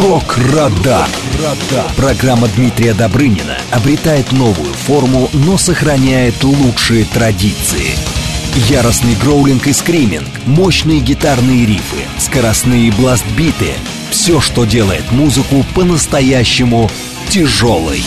Рок-Радар. Программа Дмитрия Добрынина обретает новую форму, но сохраняет лучшие традиции. Яростный гроулинг и скриминг, мощные гитарные рифы, скоростные бластбиты — все, что делает музыку по-настоящему тяжелой.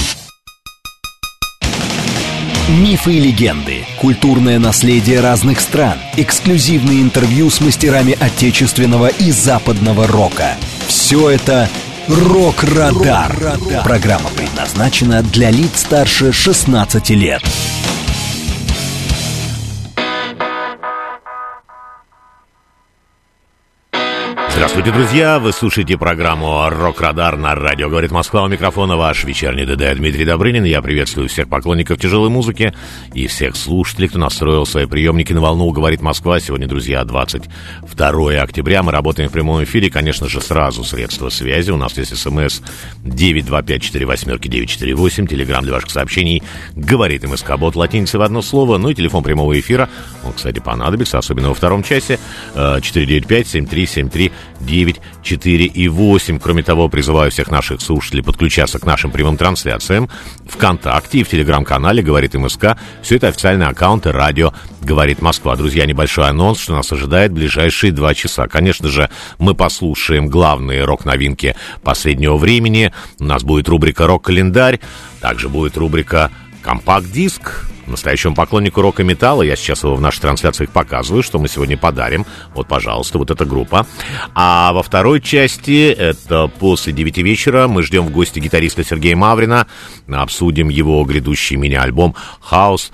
Мифы и легенды, культурное наследие разных стран, эксклюзивные интервью с мастерами отечественного и западного рока. Все это «Рок-Радар». Программа предназначена для лиц старше 16 лет. Здравствуйте, друзья! Вы слушаете программу «Рок-Радар» на радио «Говорит Москва». У микрофона ваш вечерний ДД Дмитрий Добрынин. Я приветствую всех поклонников тяжелой музыки и всех слушателей, кто настроил свои приемники на волну «Говорит Москва». Сегодня, друзья, 22 октября. Мы работаем в прямом эфире. Конечно же, сразу средства связи. У нас есть СМС 925-48-948. Телеграм для ваших сообщений. Говорит МСК-бот латиницей в одно слово. Ну и телефон прямого эфира. Он, кстати, понадобится, особенно во втором часе. 495-7373. 9, 4 и 8. Кроме того, призываю всех наших слушателей подключаться к нашим прямым трансляциям ВКонтакте и в Телеграм-канале «Говорит МСК». Все это официальные аккаунты радио «Говорит Москва». Друзья, небольшой анонс, что нас ожидает в ближайшие 2 часа. Конечно же, мы послушаем главные рок-новинки последнего времени. У нас будет рубрика «Рок-календарь», также будет рубрика «Компакт-диск». Настоящему поклоннику рока и металла, я сейчас его в наших трансляциях показываю, что мы сегодня подарим. Вот, пожалуйста, вот эта группа. А во второй части, это после 9 вечера, мы ждем в гости гитариста Сергея Маврина. Обсудим его грядущий мини-альбом «Хаус»,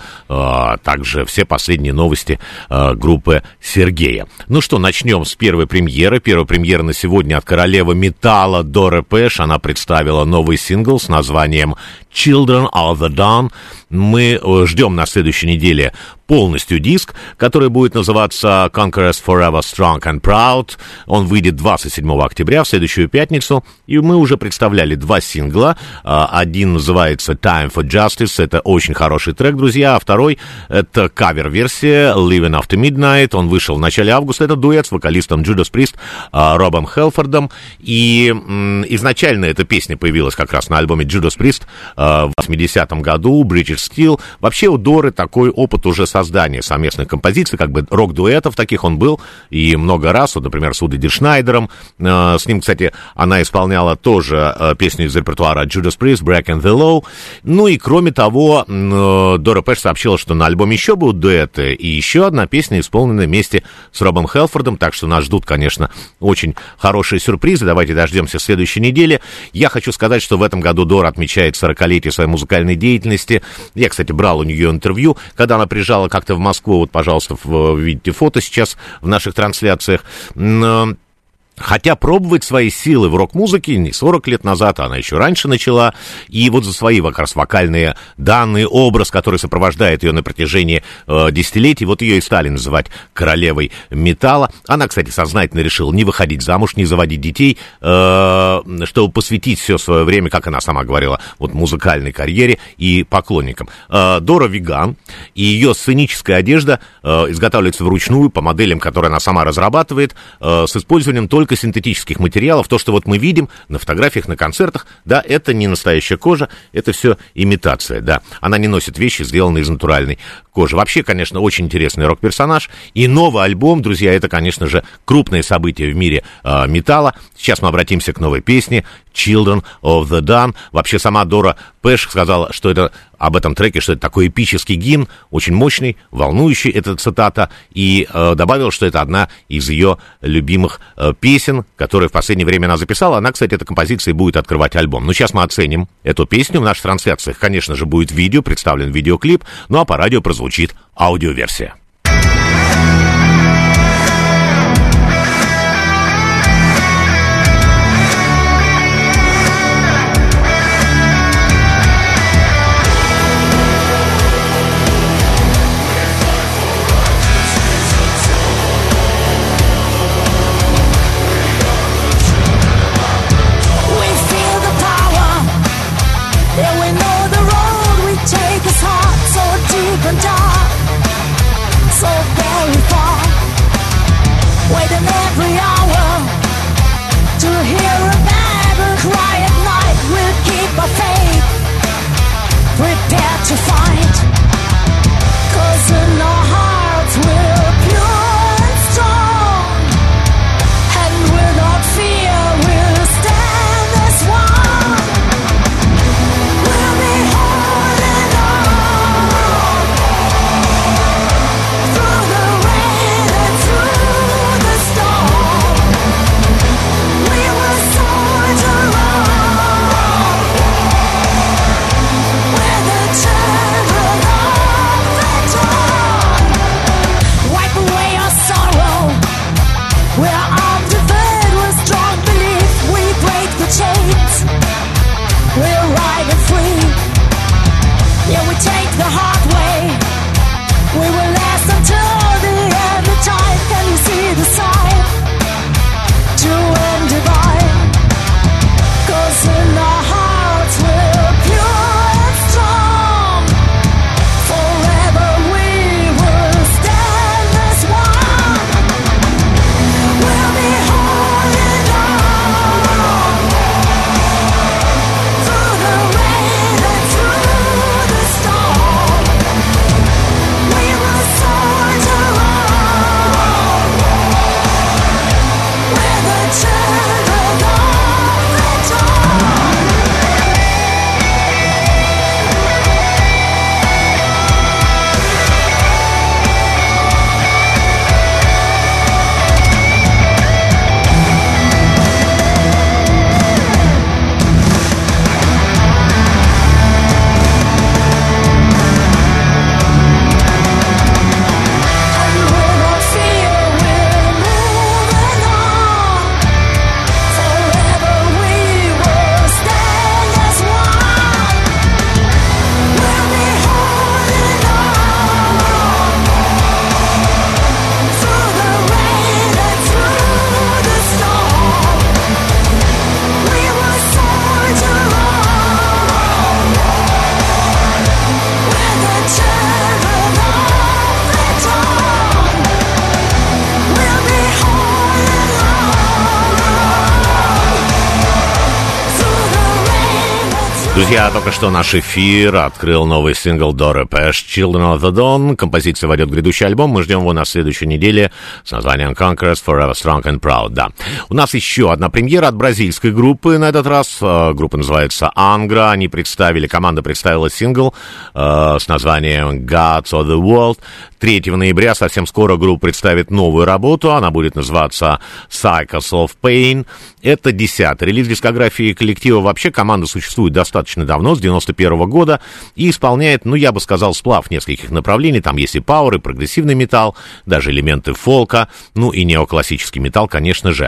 также все последние новости группы Сергея. Ну что, начнем с первой премьеры. Первая премьера на сегодня от королевы металла Доры Пэш. Она представила новый сингл с названием «Children of the Dawn». Мы ждем на следующей неделе полностью диск, который будет называться Conquerors Forever Strong and Proud. Он выйдет 27 октября, в следующую пятницу. И мы уже представляли 2 сингла. Один называется Time for Justice. Это очень хороший трек, друзья. А второй — это кавер-версия Living After Midnight. Он вышел в начале августа. Это дуэт с вокалистом Judas Priest Робом Хелфордом. И изначально эта песня появилась как раз на альбоме Judas Priest в 80-м году, Bridget Steel. Вообще у Доры такой опыт уже создания совместных композиций, как бы рок-дуэтов таких он был, и много раз, вот, например, с Уди Диршнайдером, с ним, кстати, она исполняла тоже песню из репертуара Judas Priest, Breaking the Law. Ну и кроме того, Дора Пэш сообщила, что на альбоме еще будут дуэты, и еще одна песня исполнена вместе с Робом Хелфордом, так что нас ждут, конечно, очень хорошие сюрпризы. Давайте дождемся следующей недели. Я хочу сказать, что в этом году Дора отмечает 40-летие своей музыкальной деятельности. Я, кстати, брал у нее интервью, когда она приезжала как-то в Москву. Вот, пожалуйста, видите фото сейчас в наших трансляциях. Хотя пробовать свои силы в рок-музыке не 40 лет назад, она еще раньше начала. И вот за свои как раз вокальные данные, образ, который сопровождает ее на протяжении десятилетий, вот ее и стали называть королевой металла. Она, кстати, сознательно решила не выходить замуж, не заводить детей, чтобы посвятить все свое время, как она сама говорила, вот музыкальной карьере и поклонникам. Дора веган, и ее сценическая одежда изготавливается вручную по моделям, которые она сама разрабатывает, с использованием только синтетических материалов. То, что вот мы видим на фотографиях, на концертах, да, это не настоящая кожа, это все имитация, да. Она не носит вещи, сделанные из натуральной кожи. Вообще, конечно, очень интересный рок-персонаж. И новый альбом, друзья, это, конечно же, крупное событие в мире металла. Сейчас мы обратимся к новой песне Children of the Dawn. Вообще, сама Дора Пэш сказала, что это об этом треке, что это такой эпический гимн, очень мощный, волнующий, это цитата, и добавила, что это одна из ее любимых песен, которые в последнее время она записала. Она, кстати, этой композицией будет открывать альбом. Но сейчас мы оценим эту песню в наших трансляциях. Конечно же, будет видео, представлен видеоклип, ну а по радио прозвучит аудиоверсия. Take us hard, so deep and dark. to fight. 'Cause in our hearts we're pure and strong, and without fear we'll stand as one. We'll be holding on through the rain and through the storm. We will soldier on with the children of the dawn. Wipe away our sorrow. We're armed to fight with strong belief. We break the chains. We're riding free. Yeah, we take the hard way. We will last until the end of time. Can you see the sign? True and divine. 'Cause in our hearts we're pure and strong. Forever we will stand as one. We'll be holding on through the rain and through the storm. We will soldier on with the children of the dawn. And without fear we're moving on. Forever we will stand as one. We'll be holding on through the rain and through the storm. We will soldier on with the children of the dawn. We'll be holding on through the rain and through. Друзья, только что наш эфир открыл новый сингл Dora Pesh «Children of the Dawn». Композиция войдет в грядущий альбом. Мы ждем его на следующей неделе с названием Conquerors Forever Strong and Proud. Да. У нас еще одна премьера от бразильской группы. На этот раз группа называется Angra. Команда представила сингл с названием Gods of the World. 3 ноября, совсем скоро, группа представит новую работу. Она будет называться Cycles of Pain. Это 10-й релиз дискографии коллектива. Вообще команда существует достаточно давно, с 91 года, и исполняет, я бы сказал, сплав нескольких направлений. Там есть и пауэр, и прогрессивный металл, даже элементы фолка, и неоклассический металл, конечно же.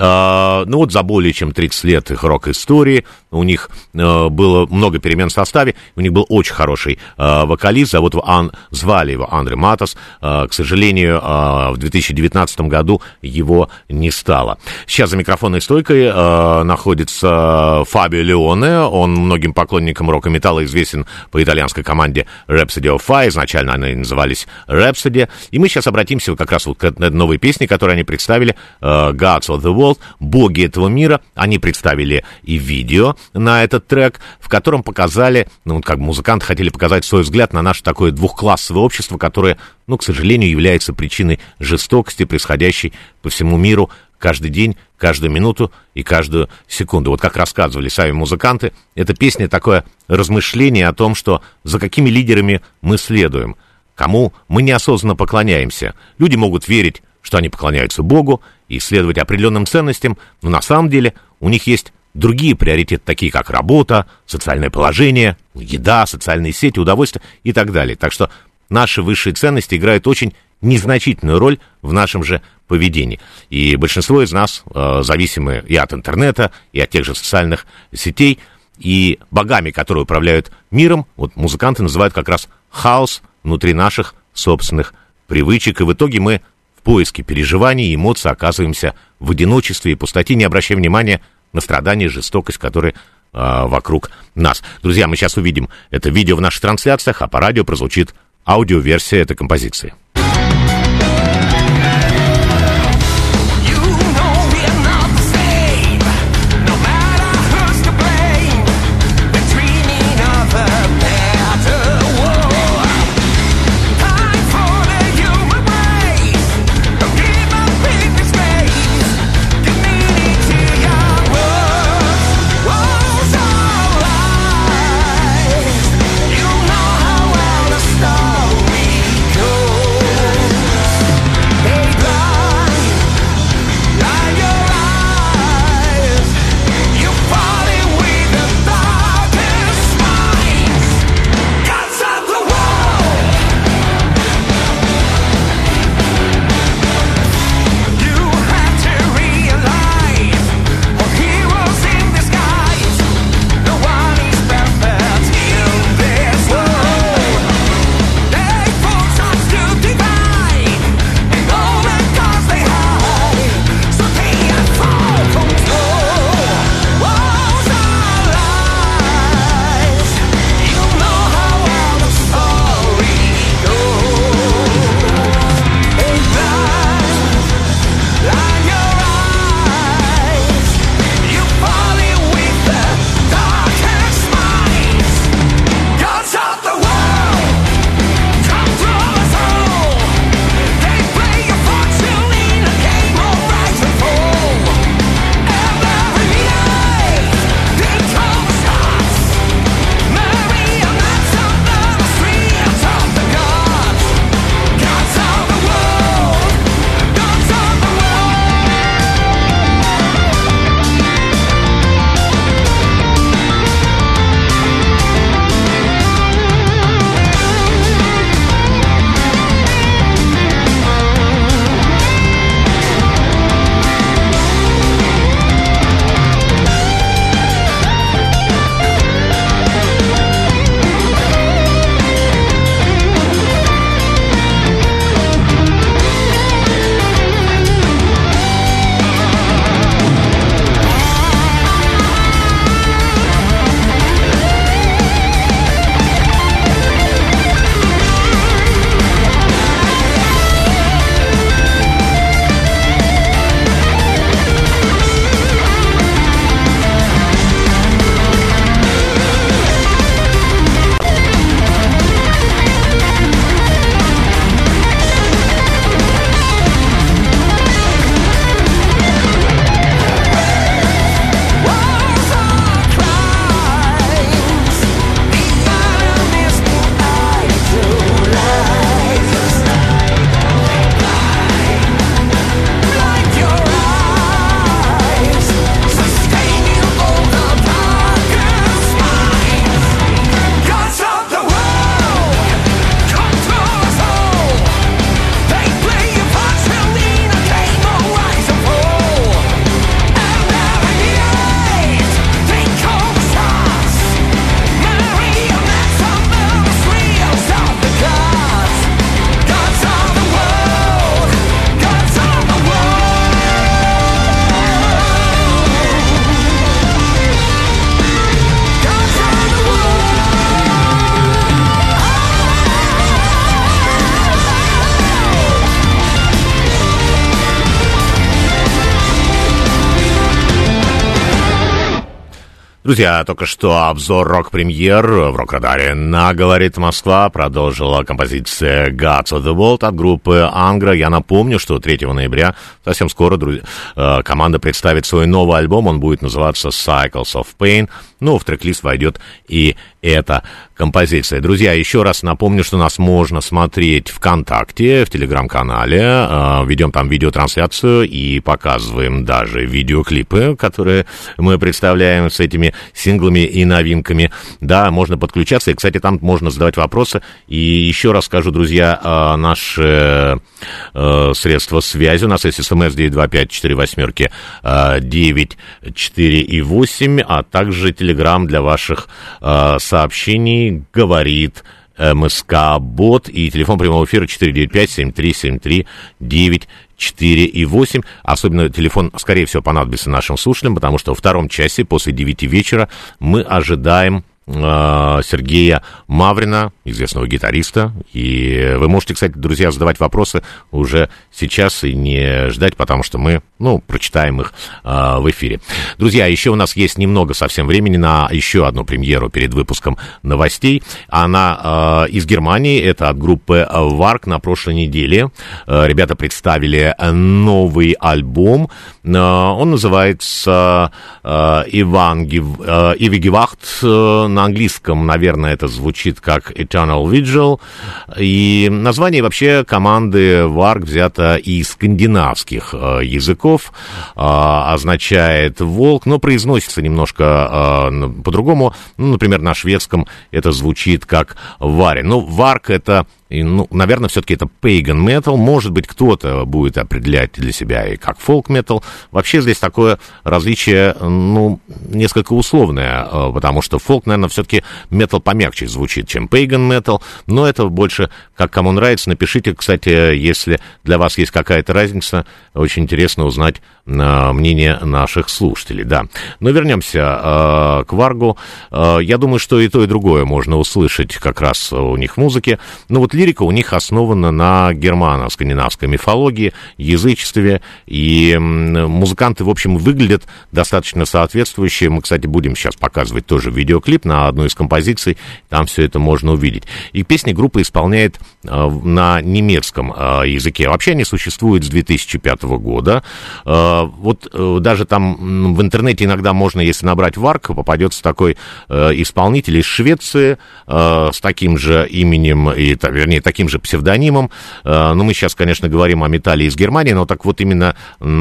За более чем 30 лет их рок-истории у них было много перемен в составе. У них был очень хороший вокалист, звали его Андре Матос. К сожалению, в 2019 году его не стало. Сейчас за микрофонной стойкой находится Фабио Леоне. Он многим поклонникам рока-металла известен по итальянской команде Rhapsody of Fire. Изначально они назывались Rhapsody. И мы сейчас обратимся как раз к новой песне, которую они представили, Gods of the World, боги этого мира. Они представили и видео на этот трек, в котором показали, музыканты хотели показать свой взгляд на наше такое двухклассовое общество, которое, к сожалению, является причиной жестокости, происходящей по всему миру каждый день, каждую минуту и каждую секунду. Как рассказывали сами музыканты, эта песня такое размышление о том, что за какими лидерами мы следуем, кому мы неосознанно поклоняемся. Люди могут верить, что они поклоняются Богу и следовать определенным ценностям, но на самом деле у них есть другие приоритеты, такие как работа, социальное положение, еда, социальные сети, удовольствие и так далее. Так что наши высшие ценности играют очень незначительную роль в нашем же поведении. И большинство из нас зависимы и от интернета, и от тех же социальных сетей. И богами, которые управляют миром, музыканты называют как раз хаос внутри наших собственных привычек. И в итоге мы в поиске переживаний и эмоций оказываемся в одиночестве и пустоте, не обращая внимания на страдания, жестокость, которые вокруг нас. Друзья, мы сейчас увидим это видео в наших трансляциях, а по радио прозвучит аудиоверсия этой композиции. Between of a better Друзья, только что обзор рок-премьер в рок-радаре на «Говорит Москва» продолжила композиция «Gods of the World» от группы Angra. Я напомню, что 3 ноября, совсем скоро, команда представит свой новый альбом. Он будет называться «Cycles of Pain». Ну, в трек-лист войдет и эта композиция. Друзья, еще раз напомню, что нас можно смотреть ВКонтакте, в Телеграм-канале. Ведем там видеотрансляцию и показываем даже видеоклипы, которые мы представляем с этими синглами и новинками. Да, можно подключаться. И, кстати, там можно задавать вопросы. И еще раз скажу, друзья, наши средства связи. У нас есть СМС 925-48-948, а также Телеграм для ваших сообщений говорит МСК-бот, и телефон прямого эфира 495-7373-948. 4 и 8. Особенно телефон, скорее всего, понадобится нашим слушателям, потому что во втором часе после 9 вечера мы ожидаем Сергея Маврина, известного гитариста. И вы можете, кстати, друзья, задавать вопросы уже сейчас и не ждать, потому что мы, прочитаем их в эфире. Друзья, еще у нас есть немного совсем времени на еще одну премьеру перед выпуском новостей. Она из Германии, это от группы Варк. На прошлой неделе ребята представили новый альбом. Он называется «Ewiggewacht». На английском, наверное, это звучит как Eternal Vigil. И название вообще команды Варк взято из скандинавских языков. Означает волк, но произносится немножко по-другому. Например, на шведском это звучит как варен. Варк это... наверное, все-таки это pagan metal. Может быть, кто-то будет определять для себя и как folk metal. Вообще здесь такое различие, несколько условное, потому что folk, наверное, все-таки metal помягче звучит, чем pagan metal. Но это больше как кому нравится. Напишите, кстати, если для вас есть какая-то разница. Очень интересно узнать мнение наших слушателей, да. Но вернемся к Варгу. Я думаю, что и то, и другое можно услышать как раз у них в музыке. Лирика у них основана на германо-скандинавской мифологии, язычестве, и музыканты, в общем, выглядят достаточно соответствующе. Мы, кстати, будем сейчас показывать тоже видеоклип на одну из композиций, там все это можно увидеть. И песни группа исполняет на немецком языке. Вообще они существуют с 2005 года. Даже там в интернете иногда можно, если набрать Варк, попадется такой исполнитель из Швеции с таким же именем, вернее, таким же псевдонимом. Мы сейчас, конечно, говорим о металле из Германии, но так вот именно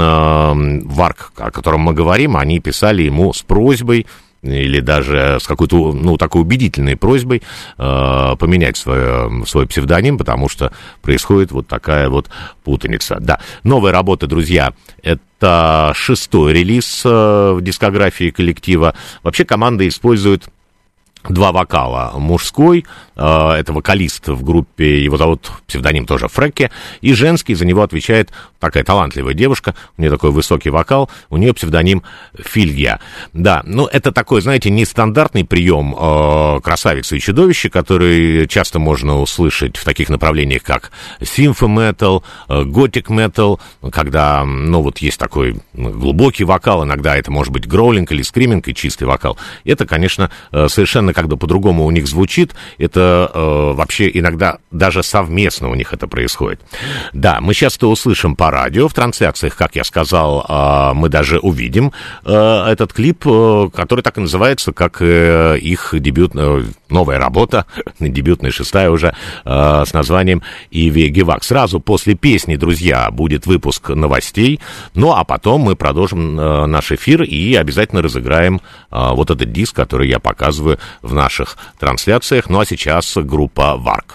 Варк, о котором мы говорим, они писали ему с просьбой или даже с какой-то, такой убедительной просьбой поменять свой псевдоним, потому что происходит вот такая вот путаница. Да, новая работа, друзья, это 6-й релиз в дискографии коллектива. Вообще команда использует 2 вокала. Мужской, это вокалист в группе, его зовут псевдоним тоже Фрекке, и женский, за него отвечает такая талантливая девушка, у нее такой высокий вокал, у нее псевдоним Фильгия. Да, это такой, знаете, нестандартный прием красавицы и чудовища, который часто можно услышать в таких направлениях, как симфо-метал, готик-метал, когда, есть такой глубокий вокал, иногда это может быть гроулинг или скриминг и чистый вокал. Это, конечно, совершенно как бы по-другому у них звучит, это вообще иногда даже совместно у них это происходит. Да, мы сейчас это услышим по радио, в трансляциях, как я сказал, мы даже увидим этот клип, который так и называется, как их новая работа, дебютная 6-я уже, с названием «Ewiggewacht». Сразу после песни, друзья, будет выпуск новостей, а потом мы продолжим наш эфир и обязательно разыграем вот этот диск, который я показываю в наших трансляциях. А сейчас группа Варк.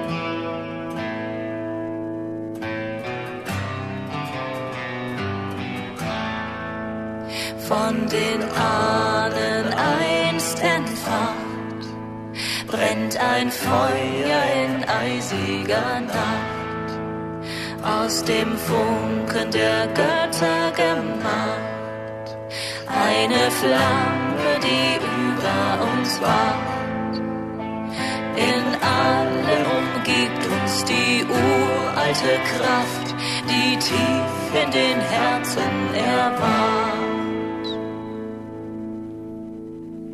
Von den Ahnen einst entfacht, brennt ein Feuer in eisiger Nacht, aus dem Funken der Götter gemacht, eine Flamme, die über uns wacht. In allem umgibt uns die uralte Kraft, die tief in den Herzen erwacht.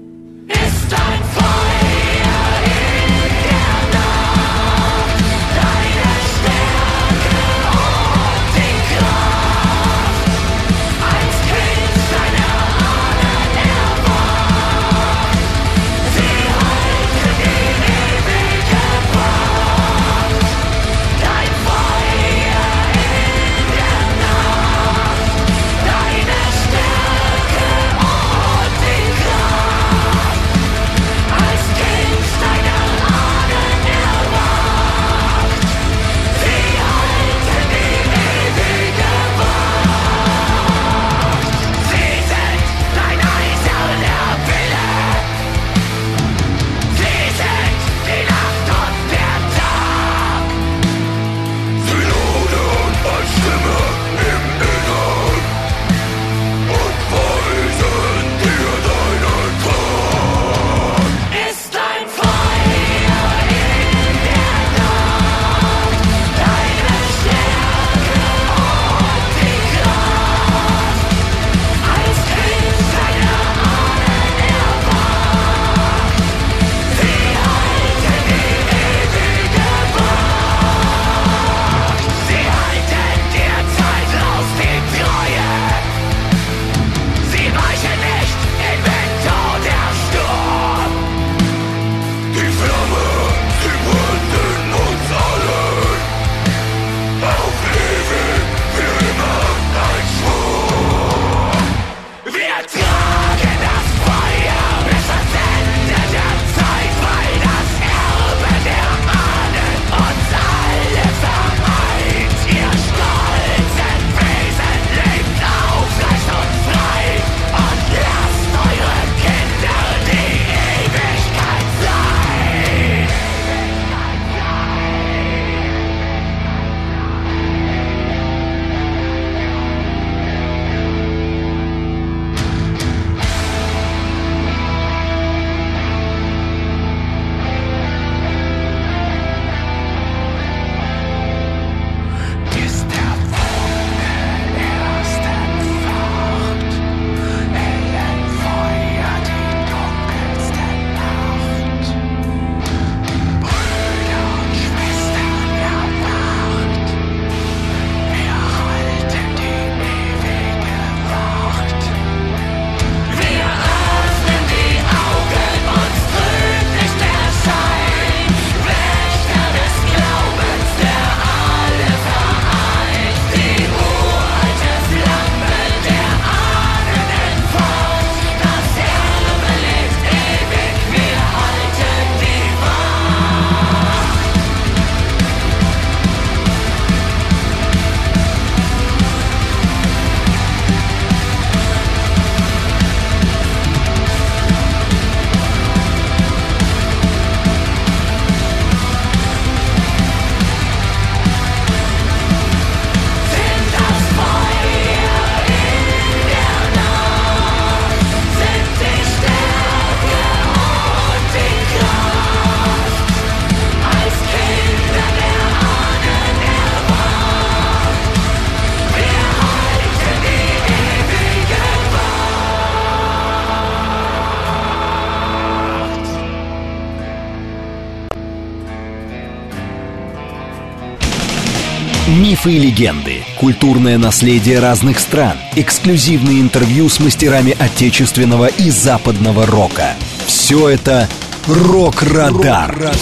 Мифы и легенды, культурное наследие разных стран, эксклюзивные интервью с мастерами отечественного и западного рока. Все это «Рок-Радар».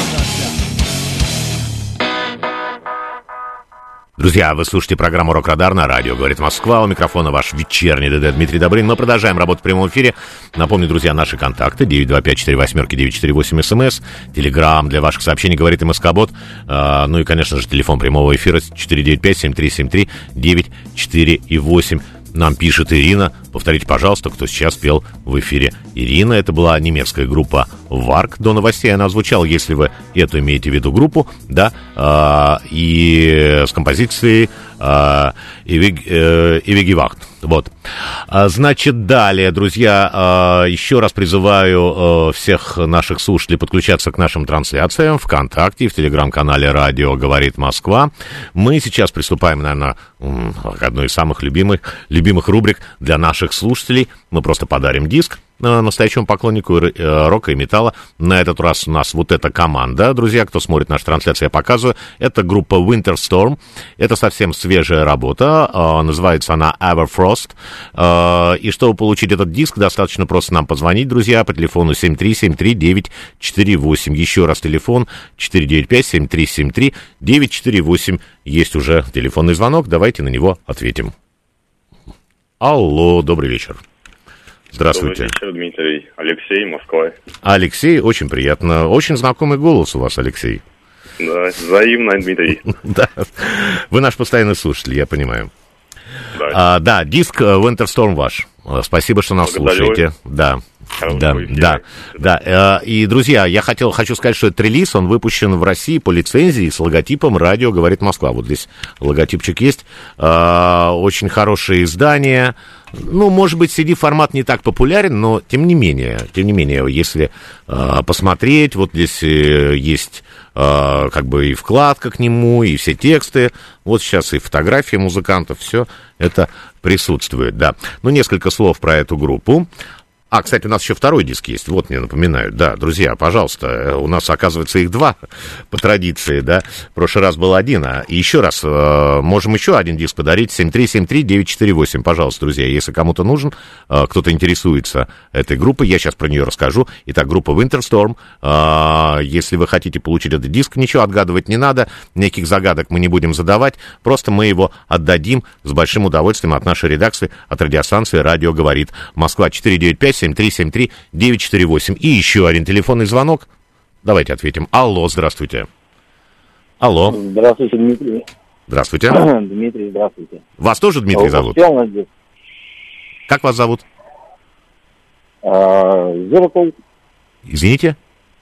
Друзья, вы слушаете программу «Рок-Радар» на радио «Говорит Москва». У микрофона ваш вечерний ДД Дмитрий Добрынин. Мы продолжаем работу в прямом эфире. Напомню, друзья, наши контакты: 925-48-948 СМС, Телеграм для ваших сообщений «Говорит МСК-бот». Ну и, конечно же, телефон прямого эфира 495-7373-948. Нам пишет Ирина. Повторите, пожалуйста, кто сейчас пел в эфире. Ирина, это была немецкая группа Варк. До новостей она звучала, если вы эту имеете в виду группу, да, и с композицией «Ewige Вот. Значит, далее, друзья, еще раз призываю всех наших слушателей подключаться к нашим трансляциям ВКонтакте, в телеграм-канале «Радио говорит Москва». Мы сейчас приступаем, наверное, к одной из самых любимых рубрик для наших слушателей. Мы просто подарим диск настоящему поклоннику рока и металла. На этот раз у нас вот эта команда, друзья, кто смотрит наши трансляции, я показываю. Это группа Winter Storm. Это совсем свежая работа. Называется она Everfrost. И чтобы получить этот диск, достаточно просто нам позвонить, друзья, по телефону 7373948. Еще раз телефон 495-7373-948. Есть уже телефонный звонок. Давайте на него ответим. Алло, добрый вечер. Здравствуйте. Добрый вечер, Дмитрий. Алексей, Москва. Алексей, очень приятно. Очень знакомый голос у вас, Алексей. Да, взаимно, Дмитрий. Да, вы наш постоянный слушатель, я понимаю. Да, да, диск Winter Storm ваш. Спасибо, что нас слушаете. Да. Да. И, друзья, я хочу сказать, что этот релиз, он выпущен в России по лицензии с логотипом «Радио говорит Москва». Вот здесь логотипчик есть. Очень хорошее издание. Ну, может быть, CD-формат не так популярен, но тем не менее, если посмотреть, вот здесь есть как бы и вкладка к нему, и все тексты. Вот сейчас и фотографии музыкантов, все это присутствует, да. Ну, несколько слов про эту группу. Кстати, у нас еще второй диск есть, вот мне напоминают. Да, друзья, пожалуйста, у нас, оказывается, их два по традиции, да. В прошлый раз был один, и еще раз, можем еще один диск подарить, 7373948. Пожалуйста, друзья, если кому-то нужен, кто-то интересуется этой группой, я сейчас про нее расскажу. Итак, группа Winter Storm. Если вы хотите получить этот диск, ничего отгадывать не надо, никаких загадок мы не будем задавать, просто мы его отдадим с большим удовольствием от нашей редакции, от радиостанции «Радио говорит Москва». 495-7373-948. И еще один телефонный звонок. Давайте ответим. Алло, здравствуйте. Алло. Здравствуйте, Дмитрий. Здравствуйте. Дмитрий, здравствуйте. Вас тоже Дмитрий зовут? Как вас зовут? Зеркал. Извините?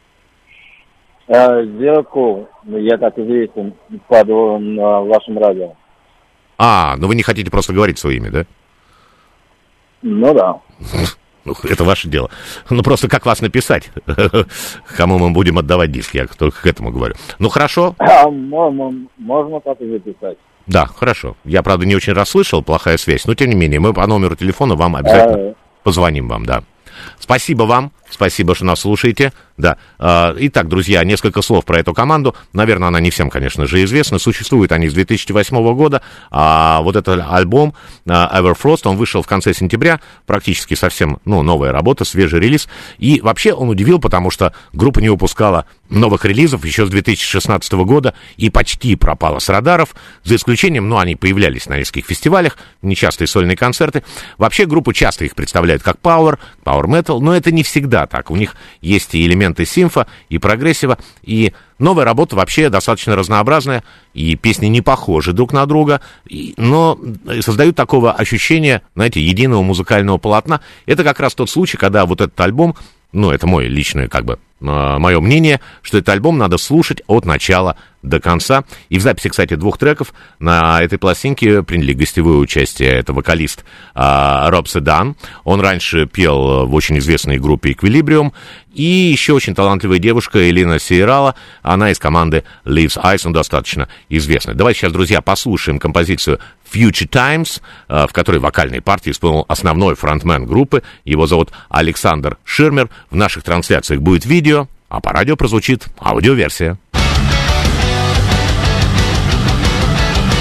Зеркал. Я так известен на вашем радио. Но вы не хотите просто говорить свое имя, да? Ну да. Ну, это ваше дело. Ну, просто как вас написать? Кому мы будем отдавать диск? Я только к этому говорю. Ну, хорошо. Можно так и записать. Да, хорошо. Я, правда, не очень расслышал, плохая связь, но, тем не менее, мы по номеру телефона вам обязательно позвоним вам, да. Спасибо вам, спасибо, что нас слушаете. Да. Итак, друзья, несколько слов про эту команду. Наверное, она не всем, конечно же, известна. Существуют они с 2008 года. Вот этот альбом Everfrost, он вышел в конце сентября. Практически совсем, новая работа, свежий релиз. И вообще он удивил, потому что группа не выпускала новых релизов еще с 2016 года и почти пропала с радаров. За исключением, они появлялись на нескольких фестивалях, нечастые сольные концерты. Вообще группу часто их представляют как Power Metal, но это не всегда так. У них есть и элементы симфа, и прогрессива, и новая работа вообще достаточно разнообразная, и песни не похожи друг на друга, но создают такого ощущения, знаете, единого музыкального полотна. Это как раз тот случай, когда вот этот альбом, это мое личное, мое мнение, что этот альбом надо слушать от начала до конца. И в записи, кстати, 2 треков на этой пластинке приняли гостевое участие. Это вокалист Роб Седан. Он раньше пел в очень известной группе Equilibrium. И еще очень талантливая девушка Элина Сейрала. Она из команды Leaves Eyes, достаточно известная. Давайте сейчас, друзья, послушаем композицию Future Times, в которой вокальные партии исполнил основной фронтмен группы. Его зовут Александр Ширмер. В наших трансляциях будет видео, а по радио прозвучит аудиоверсия.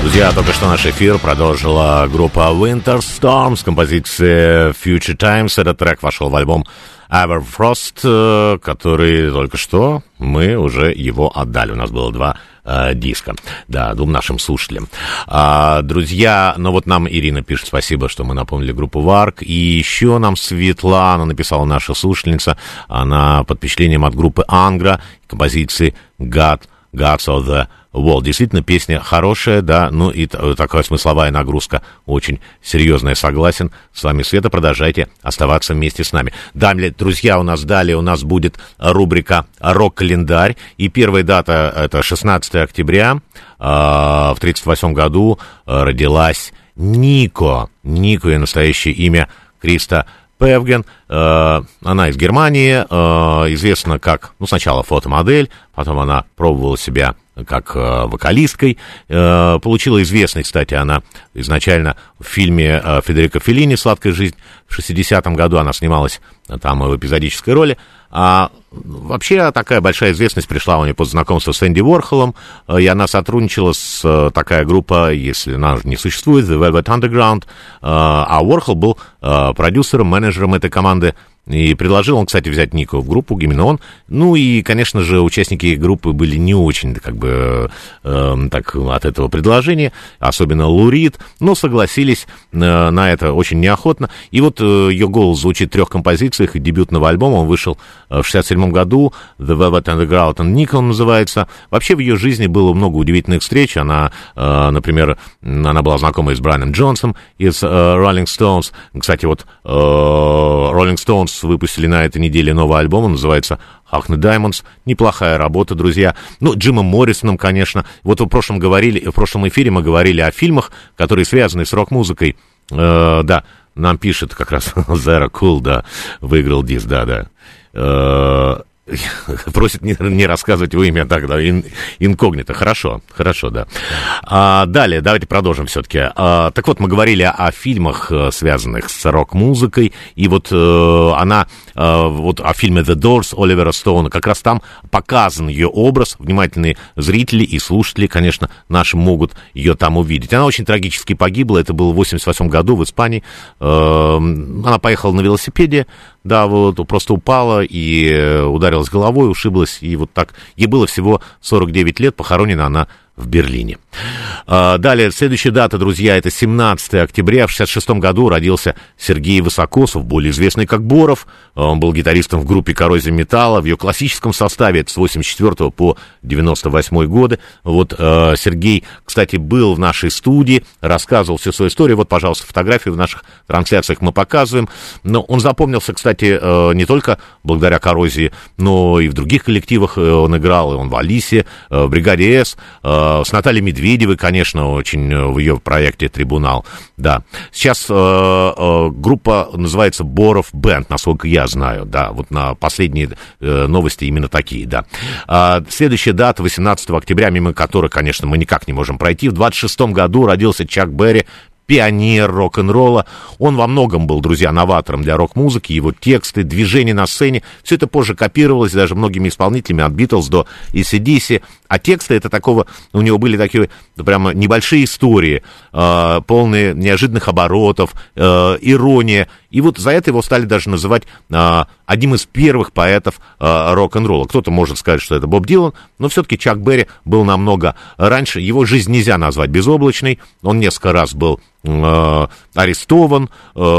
Друзья, только что наш эфир продолжила группа Winter Storm с композицией Future Times. Этот трек вошел в альбом Everfrost, который только что мы уже его отдали. У нас было 2 диска, да, 2 нашим слушателям. Друзья, ну вот нам Ирина пишет, спасибо, что мы напомнили группу Варк. И еще нам Светлана написала, наша слушательница, она под впечатлением от группы Ангра, композиции Gods of the World. Действительно, песня хорошая, да, ну и такая смысловая нагрузка очень серьезная, согласен с вами, Света, продолжайте оставаться вместе с нами. Далее, друзья, у нас будет рубрика «Рок-календарь», и первая дата, это 16 октября, в 1938 году родилась Нико, ее настоящее имя Криста Певген, она из Германии, известна как, ну, сначала фотомодель, потом она пробовала себя как вокалисткой, получила известность, кстати, она изначально в фильме Федерико Феллини «Сладкая жизнь» в 60-м году, она снималась там в эпизодической роли, а вообще такая большая известность пришла у нее после знакомства с Энди Уорхолом, и она сотрудничала с такая группа, если она уже не существует, The Velvet Underground, а Уорхол был продюсером, менеджером этой команды, и предложил он, кстати, взять Нику в группу, именно он. Ну и, конечно же, участники группы были не очень, как бы, так от этого предложения, особенно Лу Рид, но согласились на это очень неохотно. И вот ее голос звучит в 3 композициях, и дебютного альбома он вышел в 67 году, The Velvet Underground and Nika он называется. Вообще в ее жизни было много удивительных встреч. Она, например, она была знакома и с Брайаном Джонсом из Rolling Stones. Кстати, вот Rolling Stones выпустили на этой неделе новый альбом, он называется Hackney Diamonds. Неплохая работа, друзья. Ну, Джимом Моррисоном, конечно. Вот в прошлом эфире мы говорили о фильмах, которые связаны с рок-музыкой. Да, нам пишет как раз Zara Cool, да, выиграл диск, да. Просит не рассказывать его имя тогда, инкогнито. Хорошо, да. Далее, давайте продолжим все-таки. Так вот, мы говорили о фильмах, связанных с рок-музыкой, и вот она, вот о фильме The Doors Оливера Стоуна, как раз там показан ее образ. Внимательные зрители и слушатели, конечно, наши могут ее там увидеть. Она очень трагически погибла, это было в 88 году в Испании. Она поехала на велосипеде, да, вот, просто упала и ударилась головой, ушиблась, и вот так. Ей было всего 49 лет, похоронена она в Берлине. Далее, следующая дата, друзья, это 17 октября. В 66 году родился Сергей Высокосов, более известный как Боров. Он был гитаристом в группе «Коррозия металла» в ее классическом составе, это с 84 по 98 годы. Вот Сергей, кстати, был в нашей студии, рассказывал всю свою историю. Вот, пожалуйста, фотографии в наших трансляциях мы показываем. Но он запомнился, кстати, не только благодаря «Коррозии», но и в других коллективах он играл. И он в «Алисе», в «Бригаде С», с Натальей Медведевой, конечно, очень в ее проекте «Трибунал». Да. Сейчас группа называется «Боров Бэнд», насколько я знаю. Да, вот на последние новости именно такие, да. Следующая дата, 18 октября, мимо которой, конечно, мы никак не можем пройти. В 26 году родился Чак Берри, пионер рок-н-ролла. Он во многом был, друзья, новатором для рок-музыки. Его тексты, движения на сцене, все это позже копировалось даже многими исполнителями от Битлз до AC/DC. А тексты это такого, у него были такие прямо небольшие истории, полные неожиданных оборотов, ирония. И вот за это его стали даже называть одним из первых поэтов рок-н-ролла. Кто-то может сказать, что это Боб Дилан, но все-таки Чак Берри был намного раньше. Его жизнь нельзя назвать безоблачной. Он несколько раз был арестован,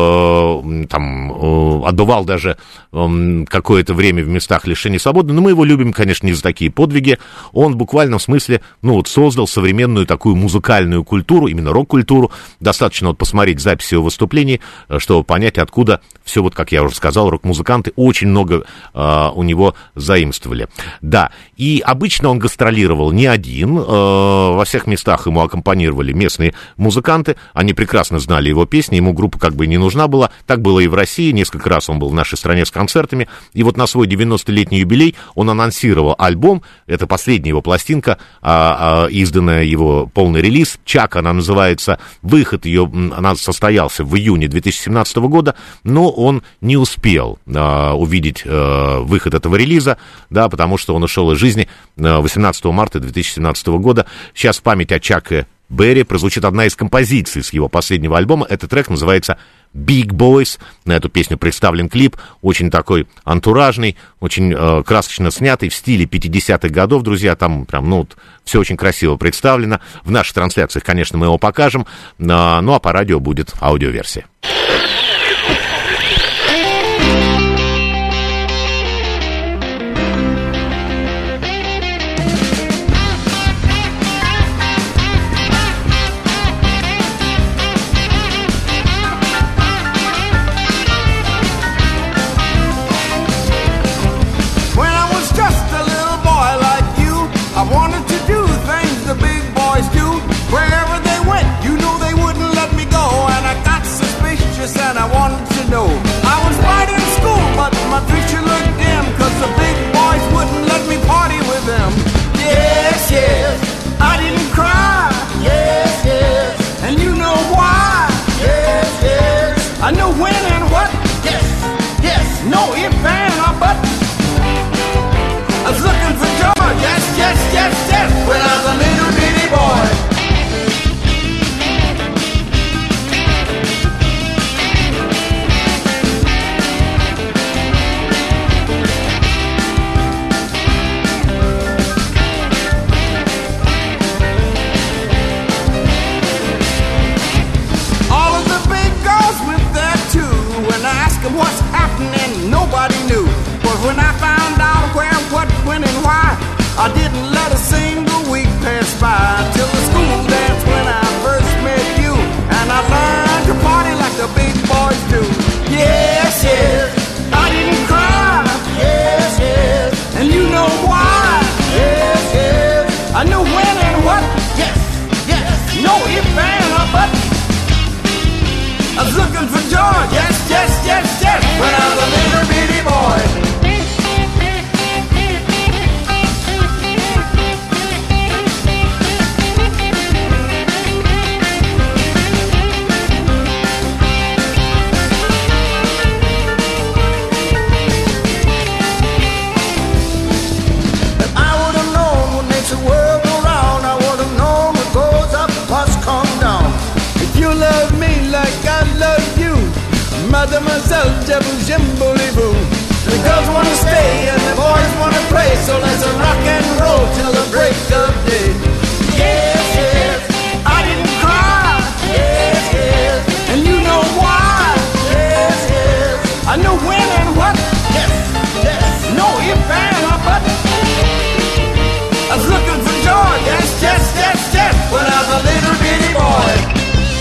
там, отбывал даже какое-то время в местах лишения свободы, но мы его любим, конечно, не за такие подвиги. Он в буквальном смысле, ну, вот, создал современную такую музыкальную культуру, именно рок-культуру. Достаточно вот посмотреть записи его выступлений, чтобы понять, откуда все, вот, как я уже сказал, рок-музыканты очень много у него заимствовали. Да, и обычно он гастролировал не один, во всех местах ему аккомпанировали местные музыканты, они прекрасно знали его песни, ему группа как бы не нужна была. Так было и в России, несколько раз он был в нашей стране с концертами, и вот на свой 90-летний юбилей он анонсировал альбом, это последняя его пластинка, изданная его полный релиз, «Чак» она называется, выход ее, она состоялся в июне 2017 года, но он не успел увидеть выход этого релиза, да, потому что он ушел из жизни 18 марта 2017 года. Сейчас в память о Чаке Берри, прозвучит одна из композиций с его последнего альбома. Этот трек называется Big Boys. На эту песню представлен клип, очень такой антуражный, очень красочно снятый, в стиле 50-х годов, друзья, там прям, ну, вот, все очень красиво представлено. В наших трансляциях, конечно, мы его покажем, ну, а по радио будет аудиоверсия. I didn't let a single week pass by till the school dance when I first met you. And I learned to party like the big boys do. Yes, yes, I didn't cry. Yes, yes, and you know why. Yes, yes, I knew when and what. Yes, yes, no if and a but. I was looking for George. Yes, yes, yes, yes, when I was a little bitty boy. Mademoiselle Jimbo-Jimbo-Lee-Boo. The girls wanna stay and the boys wanna play, so let's rock and roll till the break of day. Yes, yes, I didn't cry. Yes, yes, and you know why. Yes, yes, I knew when and what. Yes, yes, no if and a but. I was looking for George. Yes, yes, yes, yes, when I was a little bitty boy.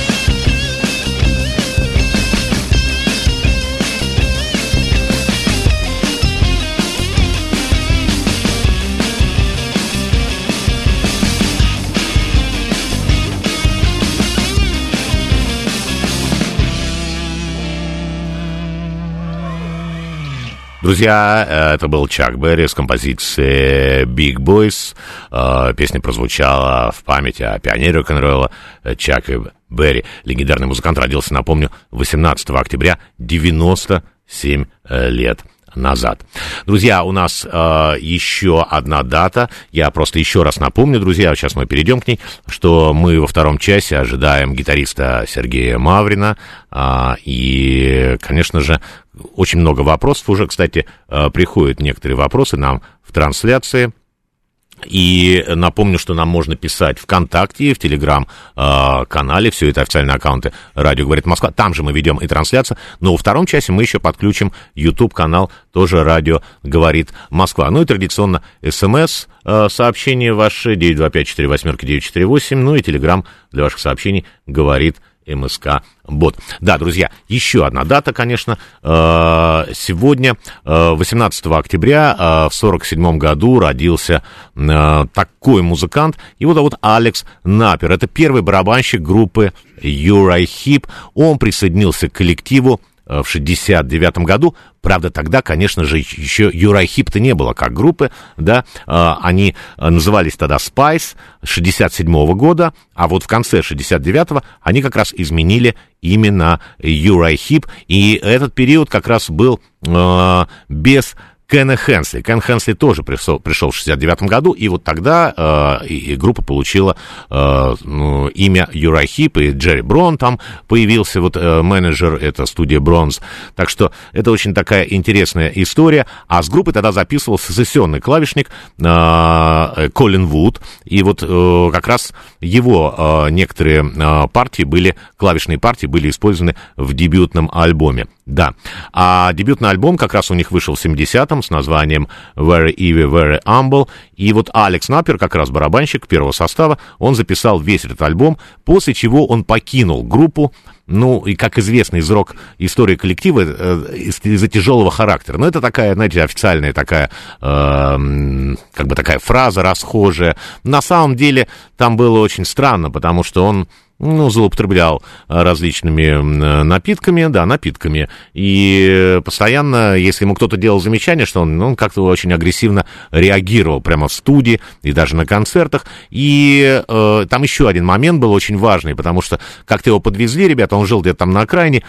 Друзья, это был Чак Берри с композицией Big Boys. Песня прозвучала в память о пионере рок-н-ролла Чаке Берри. Легендарный музыкант родился, напомню, 18 октября 97 лет назад. Друзья, у нас еще одна дата. Я просто еще раз напомню, друзья, сейчас мы перейдем к ней, что мы во втором часе ожидаем гитариста Сергея Маврина. И, конечно же, очень много вопросов. Уже, кстати, приходят некоторые вопросы нам в трансляции. И напомню, что нам можно писать ВКонтакте, в Телеграм-канале, все это официальные аккаунты «Радио говорит Москва», там же мы ведем и трансляцию, но во втором часе мы еще подключим YouTube-канал, тоже «Радио говорит Москва». Ну и традиционно СМС-сообщения ваши, 925-48-948, ну и Телеграм для ваших сообщений «Говорит МСК Бот». Да, друзья, еще одна дата, конечно. Сегодня, 18 октября, в 1947 году родился такой музыкант. Его зовут Алекс Наппер. Это первый барабанщик группы Uriah Heep. Он присоединился к коллективу в 1969 году. Правда, тогда, конечно же, еще Uriah Heep-то не было как группы, да, они назывались тогда Spice, 1967 года, а вот в конце 1969 они как раз изменили именно Uriah Heep, и этот период как раз был без Кена Хенсли. Кен Хенсли тоже пришел в 69 году, и вот тогда и группа получила имя Юрай Хип, и Джерри Брон там появился, вот менеджер, это студия Бронз. Так что это очень такая интересная история. А с группой тогда записывался сессионный клавишник Колин Вуд, и вот как раз его некоторые клавишные партии были использованы в дебютном альбоме. Да, а дебютный альбом как раз у них вышел в 70-м с названием Very Evil, Very Humble, и вот Алекс Наппер, как раз барабанщик первого состава, он записал весь этот альбом, после чего он покинул группу, ну, и, как известно из рок-истории коллектива, из-за тяжелого характера. Ну, это такая, знаете, официальная такая, как бы такая фраза расхожая. На самом деле, там было очень странно, потому что он злоупотреблял различными напитками, и постоянно, если ему кто-то делал замечание, что он как-то очень агрессивно реагировал прямо в студии и даже на концертах, и там еще один момент был очень важный, потому что как-то его подвезли, ребята, он жил где-то там на окраине,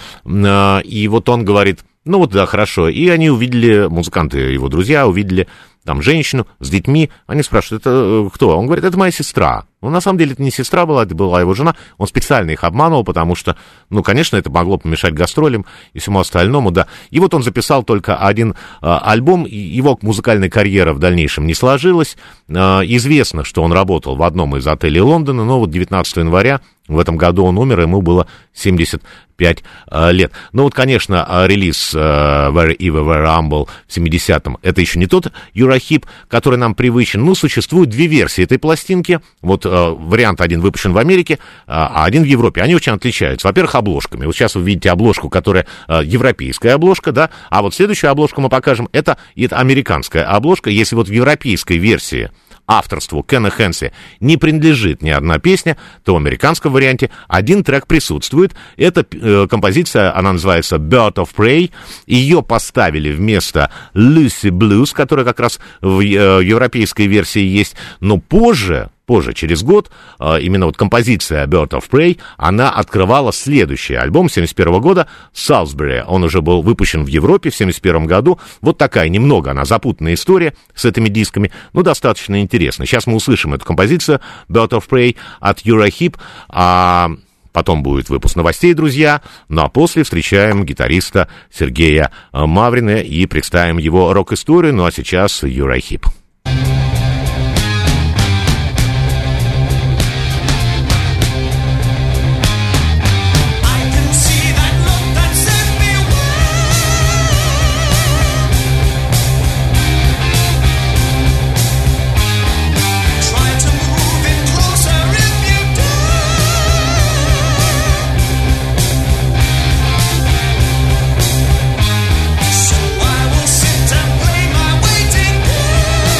и вот он говорит, ну вот да, хорошо, и они увидели, музыканты, его друзья, увидели там женщину с детьми, они спрашивают, это кто? Он говорит, это моя сестра. Ну, на самом деле, это не сестра была, это была его жена. Он специально их обманывал, потому что, ну, конечно, это могло помешать гастролям и всему остальному, да. И вот он записал только один альбом, его музыкальная карьера в дальнейшем не сложилась. Известно, что он работал в одном из отелей Лондона, но вот 19 января в этом году он умер, ему было 75 лет. Ну, вот, конечно, релиз Very Evil, Very Humble в 70-м, это еще не тот Юрай Хип, который нам привычен. Ну, существует две версии этой пластинки. Вот вариант один выпущен в Америке, а один в Европе. Они очень отличаются. Во-первых, обложками. Вот сейчас вы видите обложку, которая европейская обложка, да, а вот следующую обложку мы покажем, это американская обложка. Если вот в европейской версии авторству Кена Хенсли не принадлежит ни одна песня, то в американском варианте один трек присутствует. Это композиция, она называется Bird of Prey. Ее поставили вместо Lucy Blues, которая как раз в европейской версии есть, но позже, через год, именно вот композиция Bird of Prey, она открывала следующий альбом 71 года, Salisbury. Он уже был выпущен в Европе в 71 году. Вот такая немного она запутанная история с этими дисками, но достаточно интересная. Сейчас мы услышим эту композицию Bird of Prey от Юрай Хип, а потом будет выпуск новостей, друзья. Ну а после встречаем гитариста Сергея Маврина и представим его рок-историю. Ну а сейчас Юрай Хип. So I will sit and play my waiting game.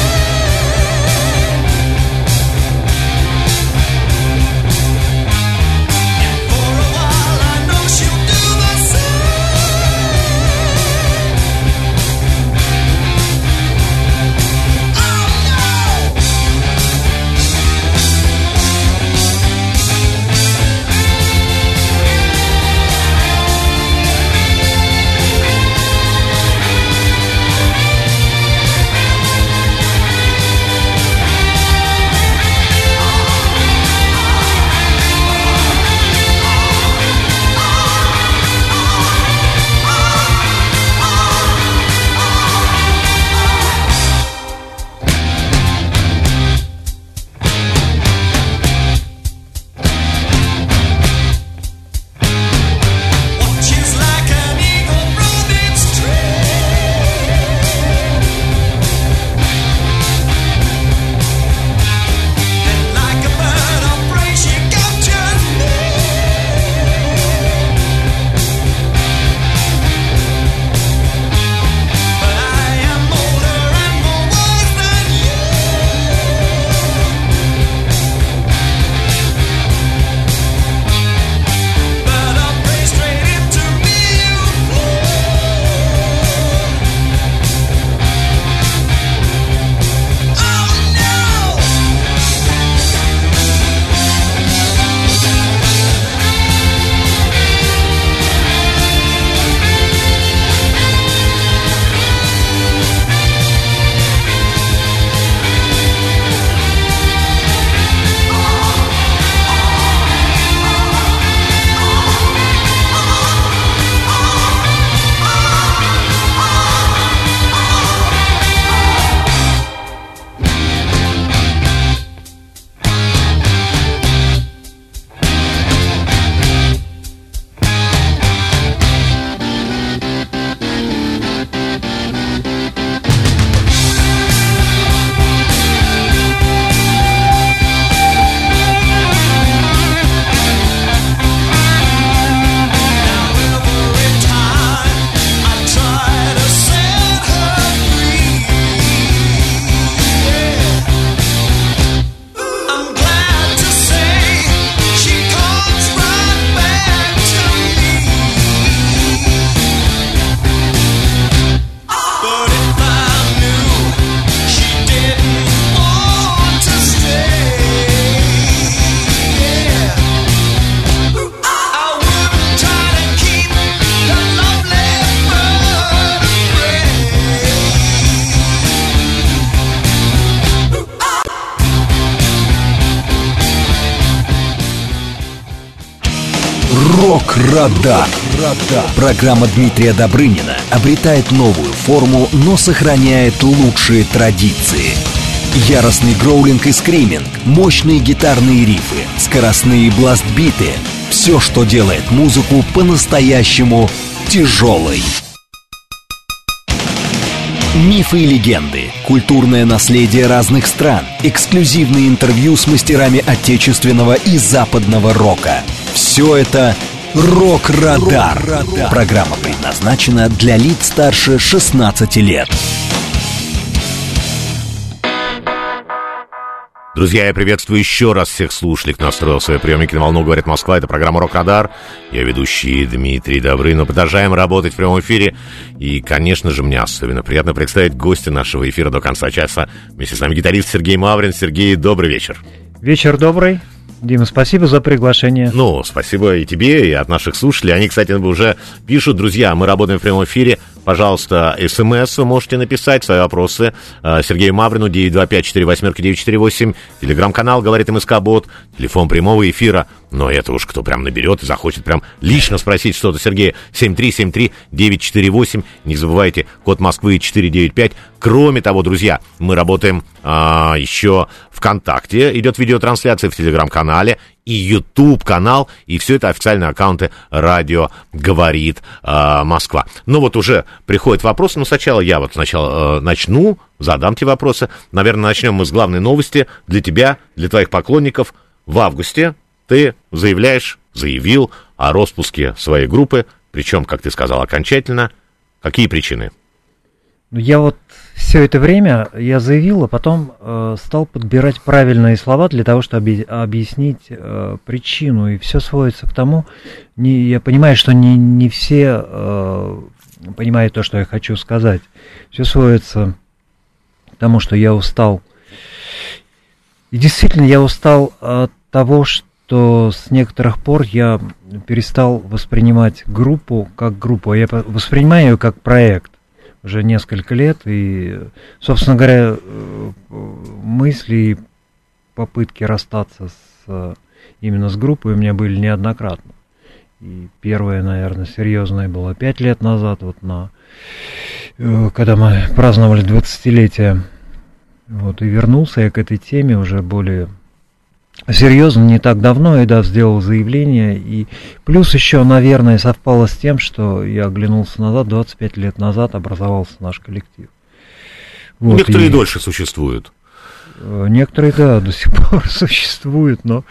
Рок-Радар. Программа Дмитрия Добрынина обретает новую форму, но сохраняет лучшие традиции. Яростный гроулинг и скриминг, мощные гитарные рифы, скоростные бластбиты — все, что делает музыку по-настоящему тяжелой. Мифы и легенды, культурное наследие разных стран, эксклюзивные интервью с мастерами отечественного и западного рока. Все это «Рок-Радар». Программа предназначена для лиц старше 16 лет. Друзья, я приветствую еще раз всех слушателей, кто настроил свои приемники на волну «Говорит Москва». Это программа «Рок-Радар». Я ведущий Дмитрий Добрынин. Продолжаем работать в прямом эфире. И, конечно же, мне особенно приятно представить гостя нашего эфира до конца часа. Вместе с нами гитарист Сергей Маврин. Сергей, добрый вечер. Вечер добрый. Дима, спасибо за приглашение. Ну, спасибо и тебе, и от наших слушателей. Они, кстати, уже пишут. Друзья, мы работаем в прямом эфире. Пожалуйста, СМС вы можете написать, свои вопросы Сергею Маврину, 925-48-948, телеграм-канал «Говорит МСК-бот», телефон прямого эфира, но это уж кто прям наберет и захочет прям лично спросить что-то Сергея, 7373948, не забывайте, код Москвы 495. Кроме того, друзья, мы работаем еще ВКонтакте, идет видеотрансляция в телеграм-канале, и YouTube-канал, и все это официальные аккаунты «Радио говорит Москва». Ну вот уже приходят вопросы, но сначала я начну, задам тебе вопросы. Наверное, начнем мы с главной новости для тебя, для твоих поклонников. В августе ты заявил о распуске своей группы, причем, как ты сказал, окончательно. Какие причины? Я вот все это время я заявил, а потом стал подбирать правильные слова для того, чтобы объяснить причину. И все сводится к тому, я понимаю, что не все понимают то, что я хочу сказать. Все сводится к тому, что я устал. И действительно, я устал от того, что с некоторых пор я перестал воспринимать группу как группу, а я воспринимаю ее как проект. Уже несколько лет, и, собственно говоря, мысли и попытки расстаться именно с группой у меня были неоднократно. И первое, наверное, серьезное было 5 лет назад, когда мы праздновали 20-летие. Вот, и вернулся я к этой теме уже более серьезно, не так давно, и да, сделал заявление, и плюс еще, наверное, совпало с тем, что я оглянулся назад, 25 лет назад образовался наш коллектив. Вот, некоторые дольше существуют. Некоторые, да, до сих пор существуют, но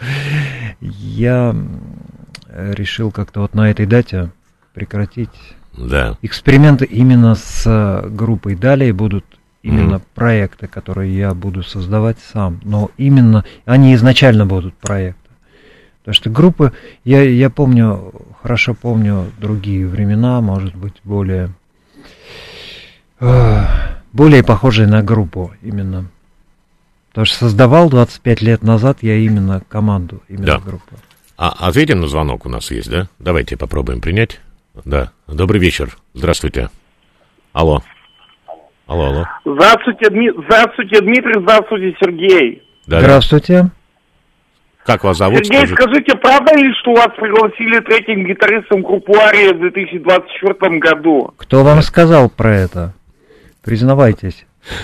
я решил как-то вот на этой дате прекратить эксперименты именно с группой. Далее будут именно проекты, которые я буду создавать сам. Но именно они изначально будут проекты. Потому что группы, я помню, хорошо помню другие времена, может быть, более похожие на группу именно. Потому что создавал 25 лет назад я именно команду, именно группу. Ответим на звонок у нас есть, да? Давайте попробуем принять. Да. Добрый вечер. Здравствуйте. Алло. Алло. Здравствуйте, Дмитрий, здравствуйте, Сергей. Да. Здравствуйте. Как вас зовут? Сергей, скажите, правда ли, что вас пригласили третьим гитаристом группы «Ария» в 2024 году? Кто вам сказал про это? Признавайтесь.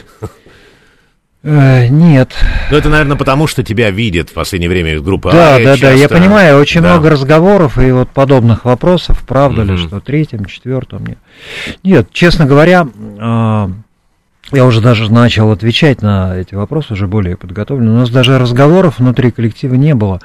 Нет. Ну, это, наверное, потому, что тебя видят в последнее время из группы «Ария». Да, часто... я понимаю, очень много разговоров и вот подобных вопросов, правда ли, что третьим, четвертым, нет. Нет, честно говоря, я уже даже начал отвечать на эти вопросы, уже более подготовлен. У нас даже разговоров внутри коллектива не было.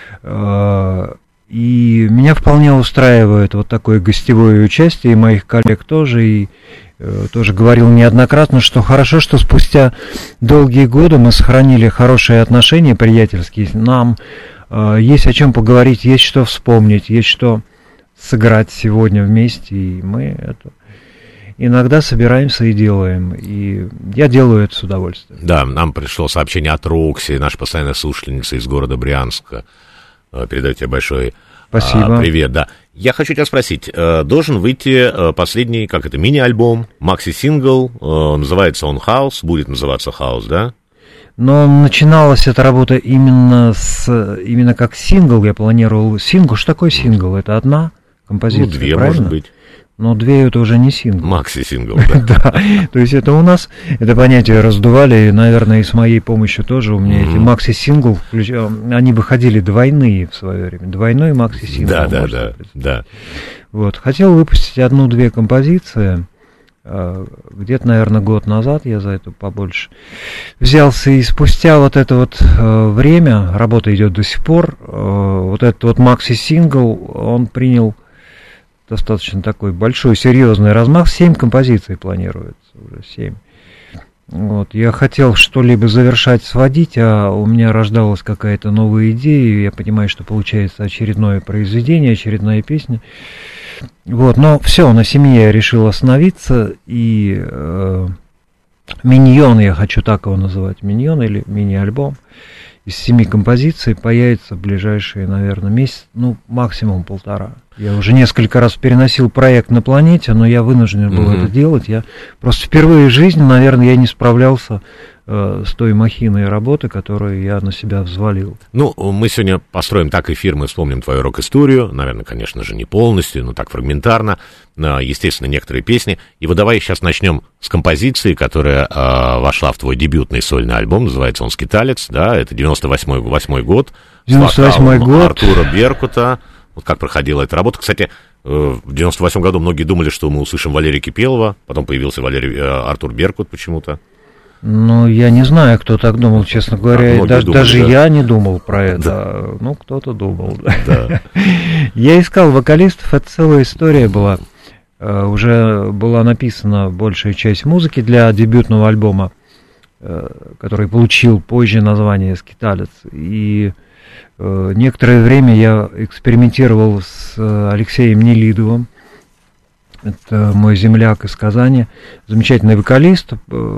И меня вполне устраивает вот такое гостевое участие, и моих коллег тоже, и тоже говорил неоднократно, что хорошо, что спустя долгие годы мы сохранили хорошие отношения приятельские. Нам есть о чем поговорить, есть что вспомнить, есть что сыграть сегодня вместе, и мы это... Иногда собираемся и делаем, и я делаю это с удовольствием. Да, нам пришло сообщение от Рокси, наша постоянная слушательница из города Брянска. Передаю тебе большой привет, да. Я хочу тебя спросить, должен выйти последний, мини-альбом, макси-сингл, называется он «House», будет называться «House», да? Но начиналась эта работа именно как сингл. Я планировал сингл. Что такое сингл? Это одна композиция, Ну, две, правильно? может быть. Но две это уже не сингл. Макси-сингл, да. Да, то есть это у нас, это понятие раздували, и, наверное, и с моей помощью тоже у меня эти макси-сингл, они выходили двойные в свое время, двойной макси-сингл. Да. Вот, хотел выпустить одну-две композиции, где-то, наверное, год назад я за это побольше взялся, и спустя вот это вот время, работа идет до сих пор, вот этот вот макси-сингл, он принял достаточно такой большой, серьезный размах. 7 композиций планируется, уже 7. Вот. Я хотел что-либо завершать, сводить, а у меня рождалась какая-то новая идея, и я понимаю, что получается очередное произведение, очередная песня. Вот. Но все, на 7 я решил остановиться, и «Миньон», я хочу так его называть, «Миньон» или мини-альбом, из 7 композиций появится в ближайшие, наверное, месяц, ну, максимум 1,5. Я уже несколько раз переносил проект на планете, но я вынужден был это делать. Я просто впервые в жизни, наверное, я не справлялся с той махиной работы, которую я на себя взвалил. Ну, мы сегодня построим так эфир, мы вспомним твою рок-историю, наверное, конечно же, не полностью, но так фрагментарно, естественно, некоторые песни. И вот давай сейчас начнем с композиции, которая вошла в твой дебютный сольный альбом, называется он «Скиталец», да, это 98-й год. 98-й год. Артура Беркута. Вот как проходила эта работа. Кстати, в 98 году многие думали, что мы услышим Валерия Кипелова, потом появился Артур Беркут почему-то. Ну, я не знаю, кто так думал, честно говоря. Даже да. Я не думал про это. Да. Ну, кто-то думал. Да. Я искал вокалистов, это целая история была. Уже была написана большая часть музыки для дебютного альбома, который получил позже название «Скиталец». И некоторое время я экспериментировал с Алексеем Нелидовым. Это мой земляк из Казани, замечательный вокалист,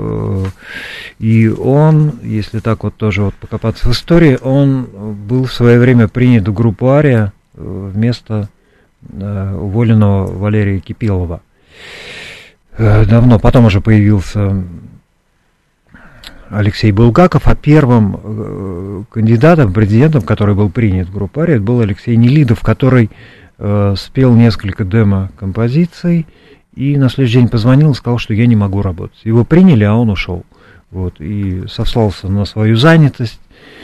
и он, если так вот тоже вот покопаться в истории, он был в свое время принят в группу «Ария» вместо уволенного Валерия Кипелова. Давно, потом уже появился Алексей Булгаков, а первым кандидатом, претендентом, который был принят в группу «Ария», был Алексей Нелидов, который спел несколько демо-композиций и на следующий день позвонил и сказал, что я не могу работать. Его приняли, а он ушел. Вот, и сослался на свою занятость.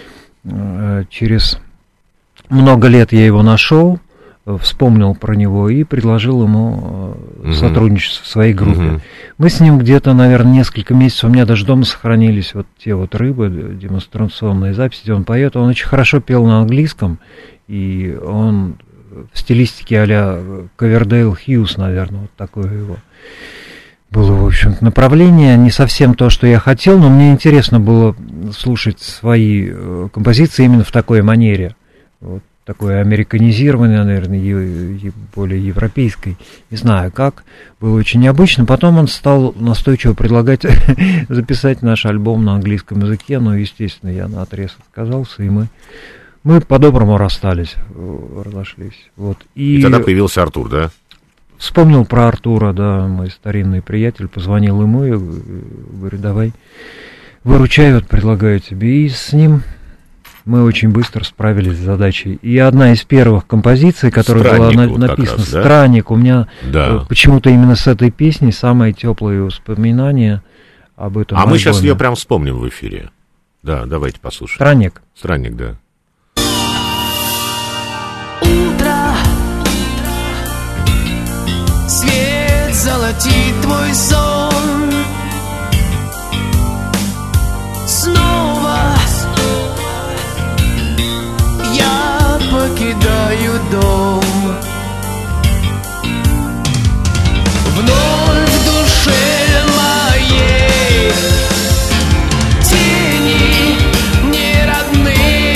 Через много лет я его нашел, вспомнил про него и предложил ему сотрудничество в своей группе. Мы с ним где-то, наверное, несколько месяцев, у меня даже дома сохранились вот те вот рыбы, демонстрационные записи, где он поет. Он очень хорошо пел на английском, и он в стилистике а-ля Ковердейл Хьюз, наверное, вот такое его было, в общем-то, направление. Не совсем то, что я хотел, но мне интересно было слушать свои композиции именно в такой манере. Вот такой американизированной, наверное, более европейской. Не знаю как. Было очень необычно. Потом он стал настойчиво предлагать записать наш альбом на английском языке, но, естественно, я наотрез отказался, и мы по-доброму расстались, разошлись. Вот. И тогда появился Артур, да? Вспомнил про Артура, да, мой старинный приятель, позвонил ему и говорю, давай, выручай, вот предлагаю тебе. И с ним мы очень быстро справились с задачей. И одна из первых композиций, которая была написана, раз, да? «Странник», у меня да. Почему-то именно с этой песней самые теплые воспоминания об этом альбоме. Мы сейчас ее прям вспомним в эфире. Да, давайте послушаем. «Странник». «Странник», да. Утро, свет золотит твой сон. Снова я покидаю дом. Вновь в душе моей тени неродных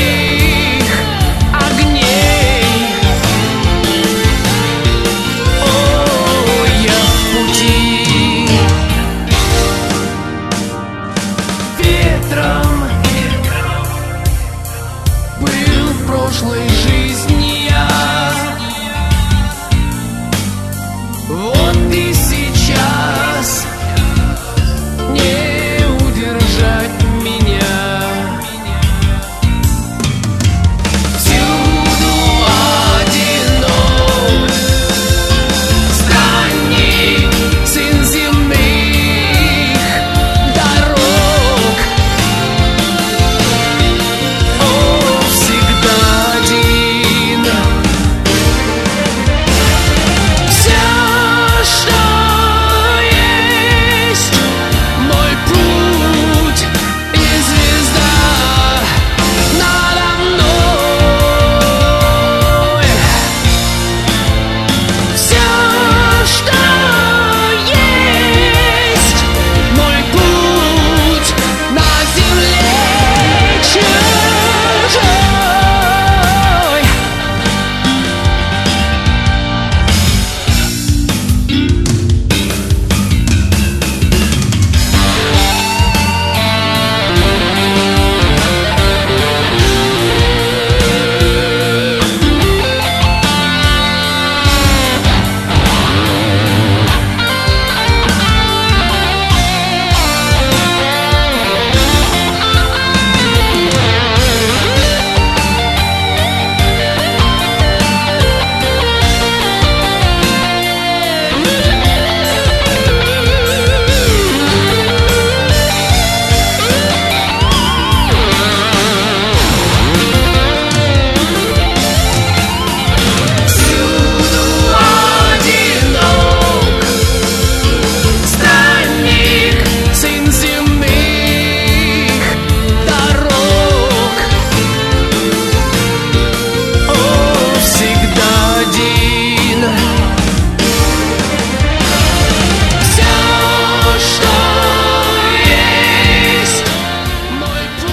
огней. О, я в пути.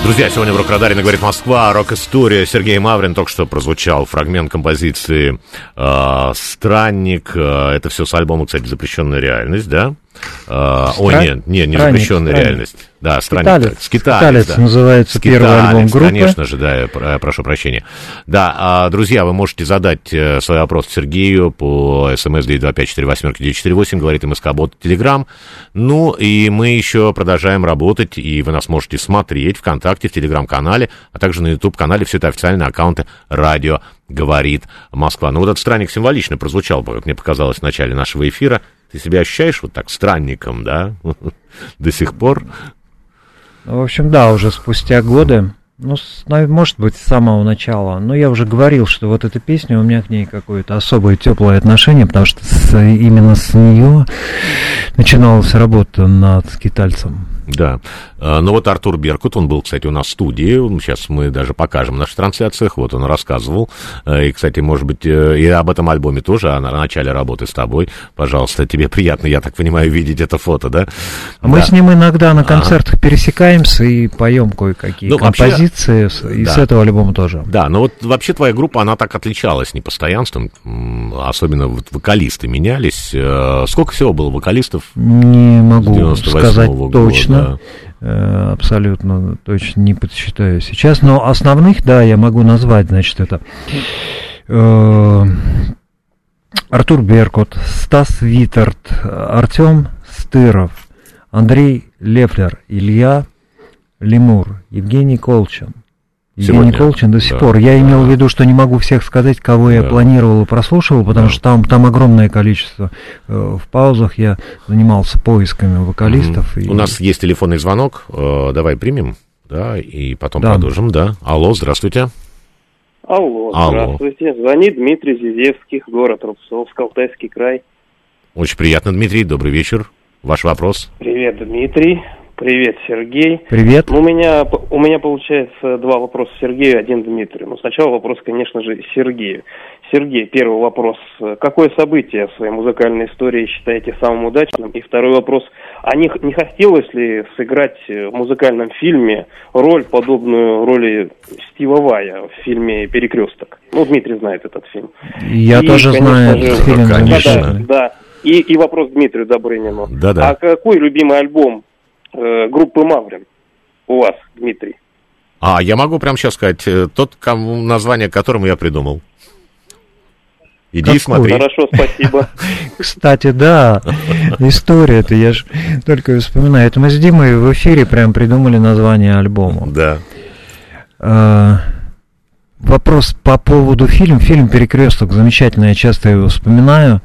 Друзья, сегодня в «Рок-радаре» на «Говорит Москва» рок-история. Сергей Маврин. Только что прозвучал фрагмент композиции «Странник». Это все с альбома, кстати, «Запрещенная реальность», да? Не «Запрещенная реальность». Да, «Странник». «Скиталец» называется первый альбом группы. Конечно же, да, я прошу прощения. Да, друзья, вы можете задать свой вопрос Сергею по СМС 925-48-948, говорит МСК-бот, Телеграм. Ну, и мы еще продолжаем работать, и вы нас можете смотреть ВКонтакте, в Телеграм-канале, а также на YouTube-канале. Все это официальные аккаунты «Радио говорит Москва». Ну, вот этот «Странник» символично прозвучал, как мне показалось в начале нашего эфира. Ты себя ощущаешь вот так странником, да, до сих пор? В общем, да, уже спустя годы, ну, может быть, с самого начала, но я уже говорил, что вот эта песня, у меня к ней какое-то особое теплое отношение, потому что именно с нее начиналась работа над «Скитальцем». Да, ну вот Артур Беркут, он был, кстати, у нас в студии, сейчас мы даже покажем в наших трансляциях, вот он рассказывал, и, кстати, может быть, и об этом альбоме тоже, о начале работы с тобой, пожалуйста, тебе приятно, я так понимаю, видеть это фото, да? Мы с ним иногда на концертах пересекаемся и поем кое-какие композиции, и с этого альбома тоже. Да, но вот вообще твоя группа, она так отличалась непостоянством, особенно вот вокалисты менялись, сколько всего было вокалистов? Не могу сказать точно. Да. Абсолютно точно не подсчитаю сейчас, но основных, да, я могу назвать, значит, это Артур Беркут, Стас Витард, Артем Стыров, Андрей Лефлер, Илья Лемур, Евгений Колчин. Евгений Колчин до сих пор. Я имел в виду, что не могу всех сказать, кого я планировал и прослушивал, потому что там огромное количество. В паузах я занимался поисками вокалистов. У нас есть телефонный звонок, давай примем, да, и потом продолжим, да. Алло, здравствуйте. Алло, здравствуйте. Звонит Дмитрий Зизевский, город Рубцовск, Алтайский край. Очень приятно, Дмитрий, добрый вечер. Ваш вопрос. Привет, Дмитрий. Привет, Сергей. Привет. У меня получается два вопроса Сергею, один Дмитрию. Ну, сначала вопрос, конечно же, Сергею. Сергей, первый вопрос. Какое событие в своей музыкальной истории считаете самым удачным? И второй вопрос. А не хотелось ли сыграть в музыкальном фильме роль, подобную роли Стива Вая в фильме «Перекресток»? Ну, Дмитрий знает этот фильм. Я тоже знаю этот фильм. Конечно. Да. И вопрос Дмитрию Добрынину. Да-да. А какой любимый альбом группы «Маврин» у вас, Дмитрий? Я могу прямо сейчас сказать, тот, название которому я придумал. Иди смотри. Хорошо, спасибо. Кстати, да, история-то, я же только вспоминаю. Это мы с Димой в эфире прям придумали название альбома. Да. Вопрос по поводу фильма. Фильм «Перекресток» замечательный, я часто его вспоминаю.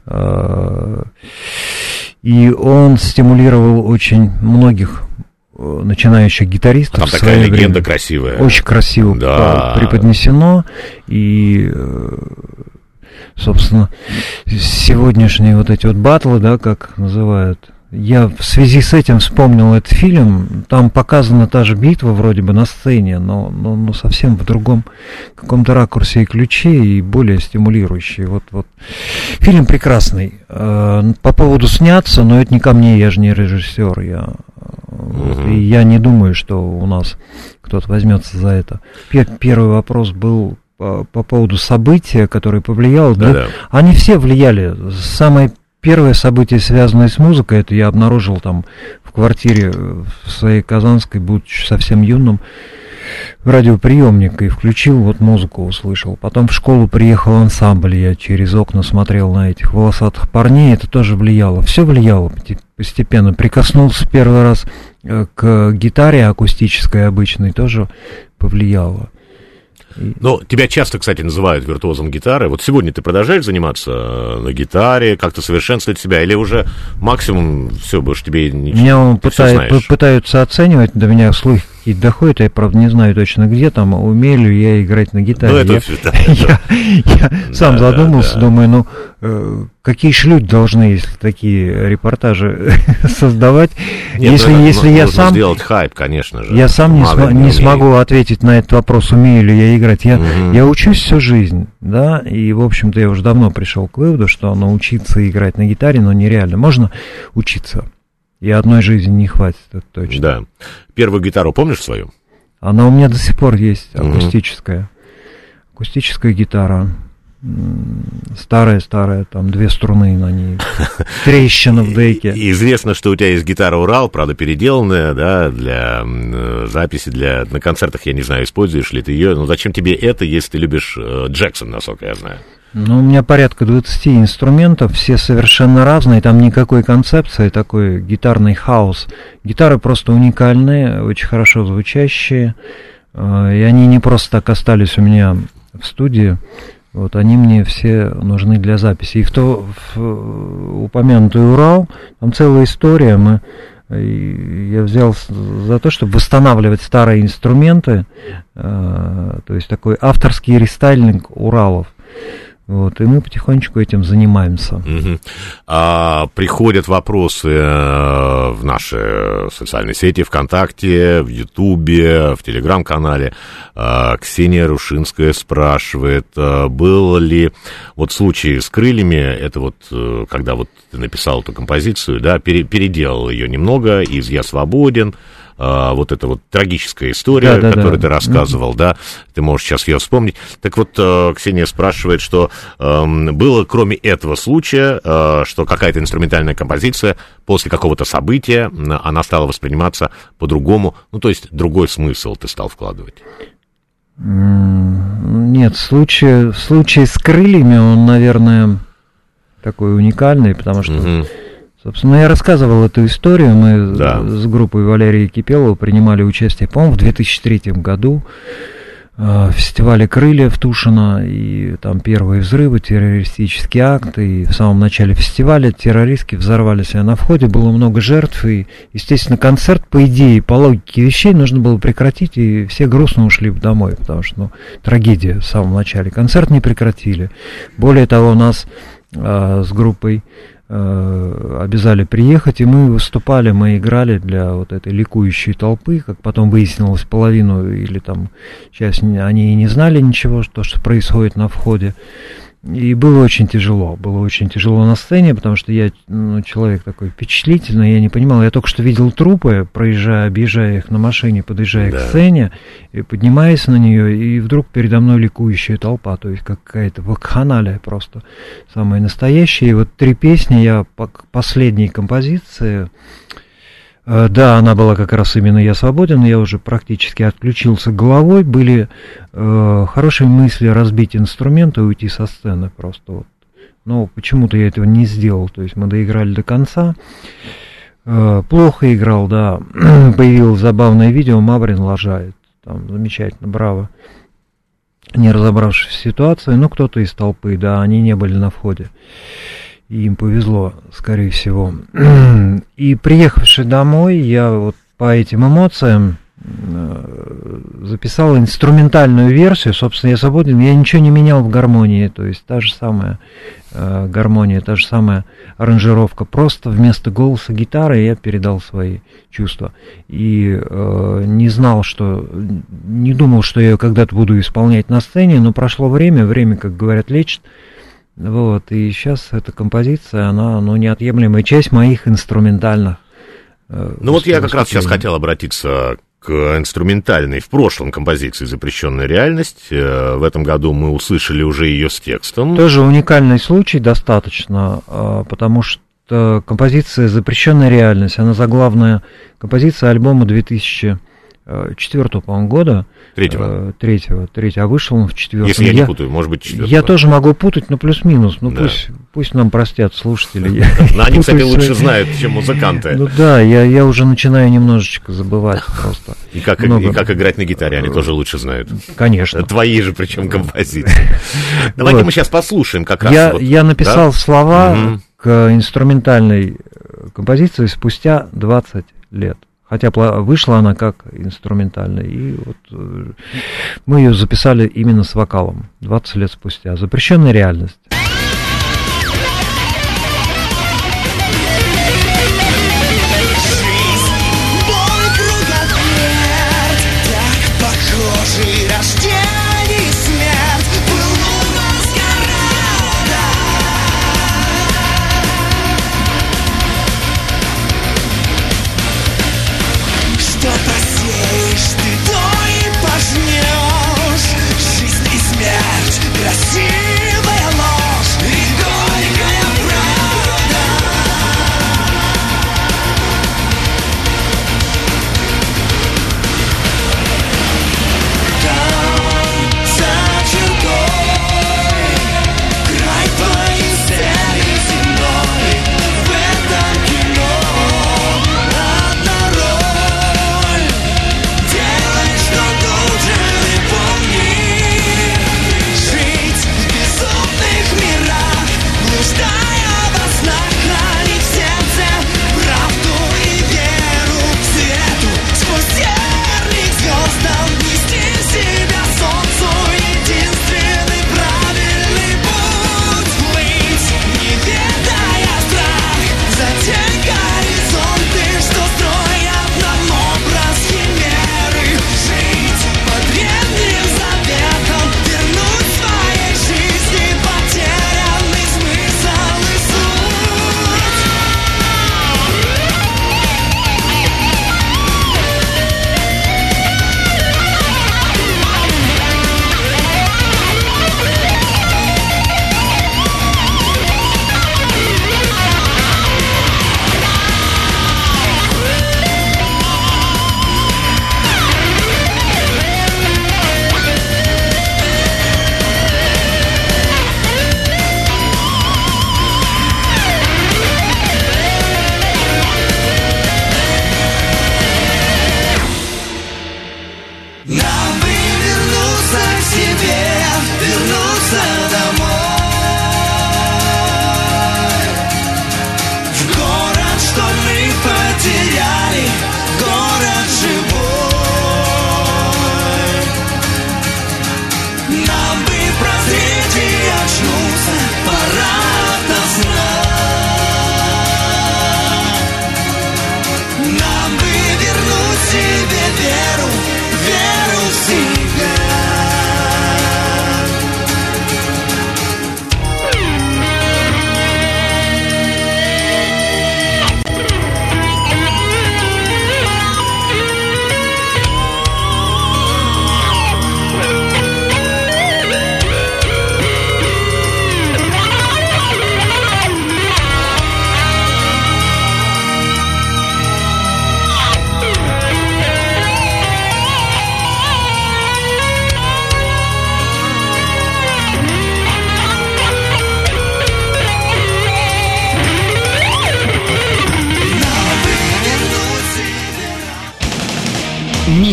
И он стимулировал очень многих начинающих гитаристов. Там такая легенда красивая. Очень красиво преподнесено. И, собственно, сегодняшние вот эти вот баттлы, да, как называют, я в связи с этим вспомнил этот фильм. Там показана та же битва вроде бы на сцене, но совсем в другом каком-то ракурсе и ключе, и более стимулирующий. Вот. Фильм прекрасный. По поводу сняться, но это не ко мне, я же не режиссер. И я не думаю, что у нас кто-то возьмется за это. Первый вопрос был по поводу события, которое повлияло. Да? Они все влияли. Самое первое событие, связанное с музыкой, это я обнаружил там в квартире в своей Казанской, будучи совсем юным, радиоприемник, и включил, вот музыку услышал. Потом в школу приехал ансамбль, я через окна смотрел на этих волосатых парней, это тоже влияло. Все влияло постепенно. Прикоснулся первый раз к гитаре акустической обычной, тоже повлияло. Ну, тебя часто, кстати, называют виртуозом гитары. Вот сегодня ты продолжаешь заниматься на гитаре, как-то совершенствовать себя, или уже максимум все, больше тебе ничего? Меня пытаются оценивать, до меня слухи какие-то доходят, я, правда, не знаю точно где, там, умею ли я играть на гитаре. Я сам задумался, думаю, какие ж люди должны, если такие репортажи создавать, если я сам... сделать хайп, конечно же. Я сам не смогу ответить на этот вопрос, умею ли я играть. Я учусь всю жизнь, да, и, в общем-то, я уже давно пришел к выводу, что научиться играть на гитаре, нереально. Можно учиться, и одной жизни не хватит, это точно. Да. Первую гитару помнишь свою? Она у меня до сих пор есть, акустическая. Акустическая гитара. Старая, там 2 струны на ней. Трещина в деке. Известно, что у тебя есть гитара Урал, правда, переделанная, да, для записи, на концертах, я не знаю, используешь ли ты ее. Но зачем тебе это, если ты любишь Джексон, насколько я знаю? Ну, у меня порядка 20 инструментов, все совершенно разные, там никакой концепции, такой гитарный хаос. Гитары просто уникальные, очень хорошо звучащие, и они не просто так остались у меня в студии, вот они мне все нужны для записи. И в упомянутый Урал, там целая история, я взял за то, чтобы восстанавливать старые инструменты, то есть такой авторский рестайлинг Уралов. Вот, и мы потихонечку этим занимаемся. Приходят вопросы в наши социальные сети, ВКонтакте, в Ютубе, в Телеграм-канале. Ксения Рушинская спрашивает, был ли вот случай с крыльями, это вот когда вот ты написал эту композицию, да, переделал ее немного из «Я свободен», вот эта вот трагическая история, которую ты рассказывал, да, ты можешь сейчас ее вспомнить. Так вот, Ксения спрашивает, что было, кроме этого случая, что какая-то инструментальная композиция после какого-то события, она стала восприниматься по-другому, ну, то есть другой смысл ты стал вкладывать. Нет, случай с крыльями, он, наверное, такой уникальный, потому что... Собственно, я рассказывал эту историю, мы с группой Валерии Кипелова принимали участие, по-моему, в 2003 году в фестивале «Крылья» в Тушино, и там первые взрывы, террористический акт, и в самом начале фестиваля террористки взорвали себя на входе, было много жертв, и, естественно, концерт, по идее, по логике вещей, нужно было прекратить, и все грустно ушли домой, потому что, трагедия в самом начале. Концерт не прекратили. Более того, нас с группой обязали приехать, и мы выступали, мы играли для вот этой ликующей толпы, как потом выяснилось, половину или там часть, они и не знали ничего, что происходит на входе. И было очень тяжело на сцене, потому что я человек такой впечатлительный, я не понимал, я только что видел трупы, объезжая их на машине, подъезжая к сцене, и поднимаясь на нее, и вдруг передо мной ликующая толпа, то есть какая-то вакханалия просто, самая настоящая. И вот 3 песни я по последней композиции... Да, она была как раз именно «Я свободен», я уже практически отключился головой, были хорошие мысли разбить инструмент и уйти со сцены просто вот. Но почему-то я этого не сделал, то есть мы доиграли до конца, плохо играл, да, появилось забавное видео, Маврин лажает, там замечательно, браво, не разобравшись в ситуации, но кто-то из толпы, да, они не были на входе. И им повезло, скорее всего. И приехавши домой, я вот по этим эмоциям записал инструментальную версию. Собственно, «Я свободен», я ничего не менял в гармонии. То есть та же самая гармония, та же самая аранжировка. Просто вместо голоса гитары я передал свои чувства. И не думал, что я ее когда-то буду исполнять на сцене, но прошло время, как говорят, лечит. Вот, и сейчас эта композиция, она, неотъемлемая часть моих инструментальных. Ну вот я как раз сейчас хотел обратиться к инструментальной в прошлом композиции «Запрещенная реальность». В этом году мы услышали уже ее с текстом. Тоже уникальный случай достаточно, потому что композиция «Запрещенная реальность», она заглавная композиция альбома 2004, по-моему, года. Третьего, а вышел он в 4-м. Если я не путаю, может быть, 4-го. Я тоже могу путать, но плюс-минус. Ну, да. Пусть нам простят слушатели. Но они, кстати, лучше знают, чем музыканты. Ну да, я уже начинаю немножечко забывать просто. И как играть на гитаре, они тоже лучше знают. Конечно. Твои же, причем, композиции. Давайте мы сейчас послушаем как раз. Я написал слова к инструментальной композиции спустя 20 лет. Хотя вышла она как инструментальная, и вот мы ее записали именно с вокалом 20 лет спустя. «Запрещенная реальность». Что посеешь ты, то и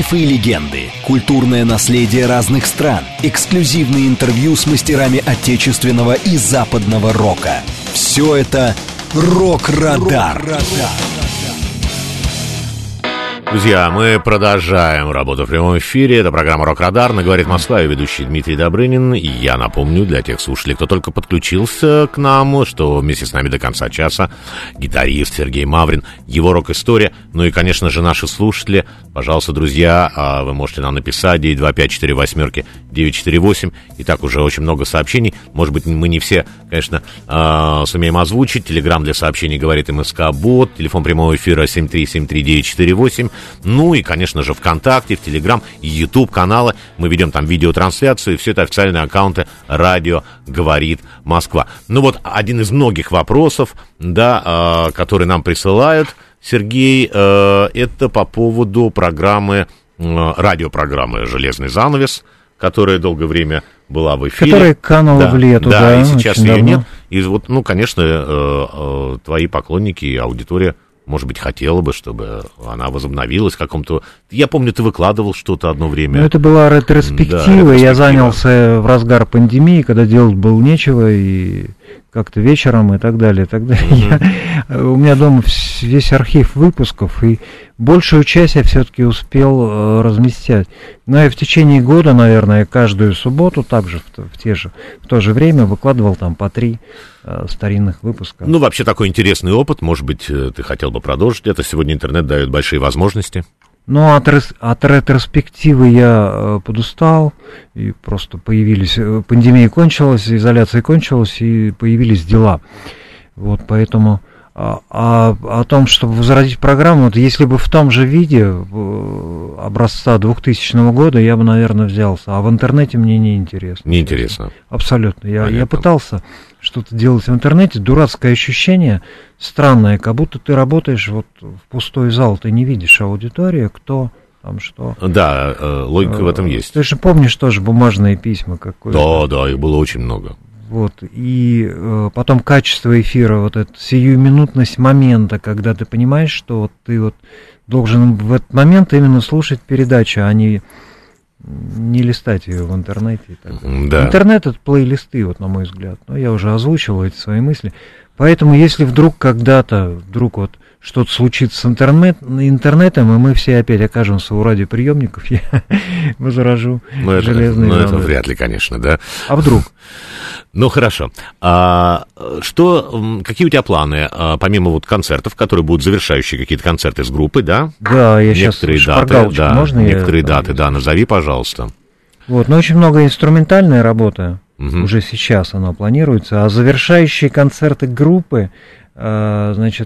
Мифы и легенды, культурное наследие разных стран, эксклюзивные интервью с мастерами отечественного и западного рока. Все это «Рок-Радар». Друзья, мы продолжаем работу в прямом эфире. Это программа «Рок-Радар». На «Говорит Москва» и ведущий Дмитрий Добрынин. И я напомню для тех слушателей, кто только подключился к нам, что вместе с нами до конца часа гитарист Сергей Маврин, его рок-история. Ну и, конечно же, наши слушатели. Пожалуйста, друзья, вы можете нам написать 925-48-948. И так уже очень много сообщений. Может быть, мы не все, конечно, сумеем озвучить. Телеграм для сообщений «Говорит МСК-бот». Телефон прямого эфира 7373948. Ну и, конечно же, ВКонтакте, в Телеграм и Ютуб каналы. Мы ведем там видеотрансляцию, и все это официальные аккаунты «Радио говорит Москва». Ну вот один из многих вопросов, да, которые нам присылают, Сергей, это по поводу программы, радиопрограммы «Железный занавес», которая долгое время была в эфире. Которая канула в лету, да, и сейчас ее давно. нет. И вот, ну, конечно, твои поклонники и аудитория, может быть, хотела бы, чтобы она возобновилась в каком-то... Я помню, ты выкладывал что-то одно время. Ну, это была ретроспектива, я занялся в разгар пандемии, когда делать было нечего, и как-то вечером и так далее, и так далее. У меня дома весь архив выпусков, и большую часть я все-таки успел разместить. Но я в течение года, наверное, каждую субботу также в то же время выкладывал там по 3 старинных выпуска. Ну, вообще такой интересный опыт, может быть, ты хотел бы продолжить это. Сегодня интернет дает большие возможности. Ну, от ретроспективы я подустал, и просто появились... Пандемия кончилась, изоляция кончилась, и появились дела. Вот, поэтому... о том, чтобы возродить программу, вот если бы в том же виде образца 2000 года, я бы, наверное, взялся. А в интернете мне не интересно. Не интересно. Абсолютно. Я пытался что-то делать в интернете. Дурацкое ощущение, странное, как будто ты работаешь вот в пустой зал, ты не видишь аудиторию, кто там что. Да, логика в этом есть. Ты же помнишь тоже бумажные письма какое-то? Да, их было очень много. Вот, и потом качество эфира, вот эта сиюминутность момента, когда ты понимаешь, что вот ты вот должен в этот момент именно слушать передачу, а не листать ее в интернете. И так далее. Да. Интернет — это плейлисты, вот, на мой взгляд. Но я уже озвучивал эти свои мысли. Поэтому, если вдруг вот что-то случится с интернетом, и мы все опять окажемся у радиоприемников, я возражу железный занавес. Это вряд ли, конечно, да. А вдруг? Ну, хорошо. Какие у тебя планы, помимо вот концертов, которые будут завершающие какие-то концерты с группой, да? Да, я сейчас шпаргалочку, можно? Некоторые даты, да, назови, пожалуйста. Вот, но очень много инструментальной работы, уже сейчас она планируется, а завершающие концерты группы, значит,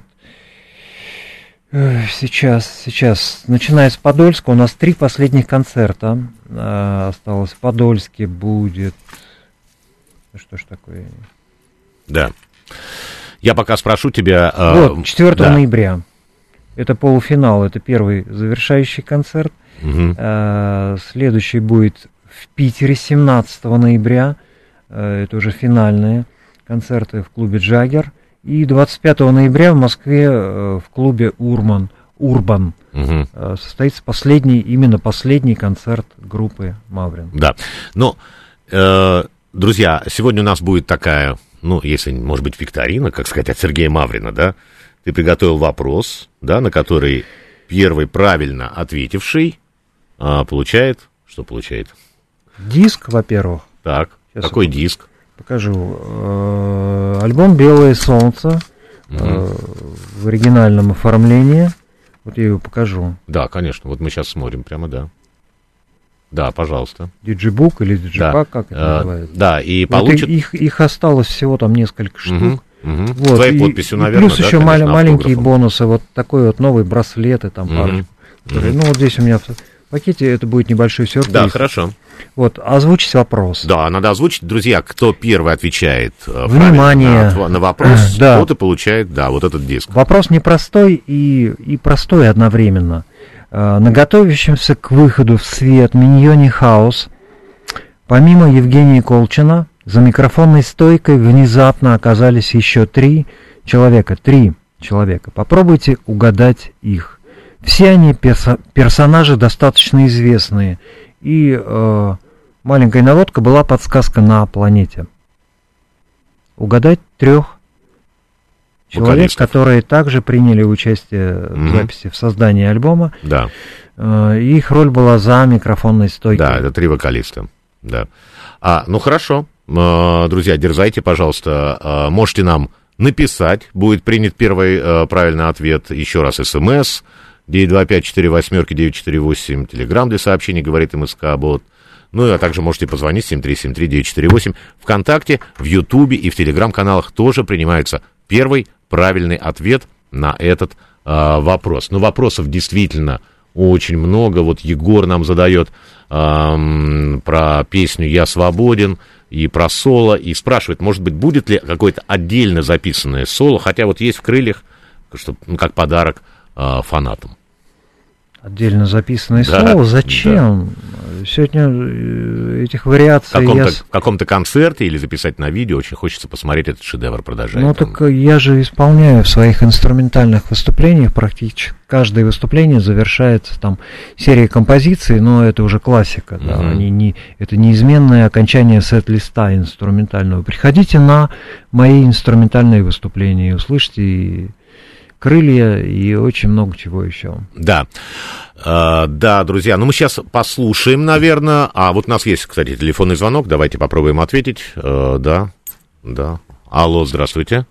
сейчас, начиная с Подольска, у нас 3 последних концерта осталось. В Подольске будет... Что ж такое? Да. Я пока спрошу тебя... Вот, 4 ноября. Это полуфинал, это первый завершающий концерт. Следующий будет в Питере 17 ноября. Это уже финальные концерты в клубе «Джаггер». И 25 ноября в Москве в клубе «Урбан» состоится последний концерт группы «Маврин». Да. Ну, друзья, сегодня у нас будет такая, ну, если, может быть, викторина, как сказать, от Сергея Маврина, да? Ты приготовил вопрос, да, на который первый правильно ответивший получает... Что получает? Диск, во-первых. Так, какой диск? Покажу. Альбом «Белое солнце» в оригинальном оформлении. Вот я его покажу. Да, конечно. Вот мы сейчас смотрим прямо, да. Да, пожалуйста. Диджибук или диджипак, как это называется. Да, и вот получат... Их осталось всего там несколько штук. Вот. Твоей подписью, наверное, плюс да, еще конечно, маленькие автографом. бонусы. Вот такой вот новый браслет и там парочку. Ну, вот здесь у меня в пакете это будет небольшой сюрприз. Да, хорошо. Вот, озвучить вопрос. Да, надо озвучить. Друзья, кто первый отвечает Внимание. На вопрос, да. тот и получает, да, вот этот диск. Вопрос непростой и простой одновременно. На готовящемся к выходу в свет миньоне «Хаус», помимо Евгения Колчина, за микрофонной стойкой внезапно оказались еще 3 человека. Попробуйте угадать их. Все они персонажи достаточно известные. И маленькая наводка была подсказка на планете. Угадать 3 человек, которые также приняли участие в записи, в создании альбома. Да. Их роль была за микрофонной стойкой. Да, это 3 вокалиста. Да. Ну хорошо. Друзья, дерзайте, пожалуйста. Можете нам написать. Будет принят первый правильный ответ. Еще раз СМС. 925-48-948. Телеграм для сообщений, говорит МСК-бот. Ну, а также можете позвонить 7373-948. ВКонтакте, в Ютубе и в Телеграм-каналах тоже принимается первый правильный ответ на этот вопрос. Но вопросов действительно очень много. Вот Егор нам задает про песню «Я свободен» и про соло, и спрашивает, может быть, будет ли какое-то отдельно записанное соло, хотя вот есть в «Крыльях», как подарок фанатам. Отдельно записанное соло? Зачем? Да. Сегодня этих вариаций... В каком-то концерте или записать на видео очень хочется посмотреть этот шедевр, продолжает. Ну, так я же исполняю в своих инструментальных выступлениях практически. Каждое выступление завершается там серией композиций, но это уже классика. Да, это неизменное окончание сет-листа инструментального. Приходите на мои инструментальные выступления и услышите... И «Крылья» и очень много чего еще. Да. Да, друзья, мы сейчас послушаем, наверное. А вот у нас есть, кстати, телефонный звонок. Давайте попробуем ответить. Да. Алло, здравствуйте.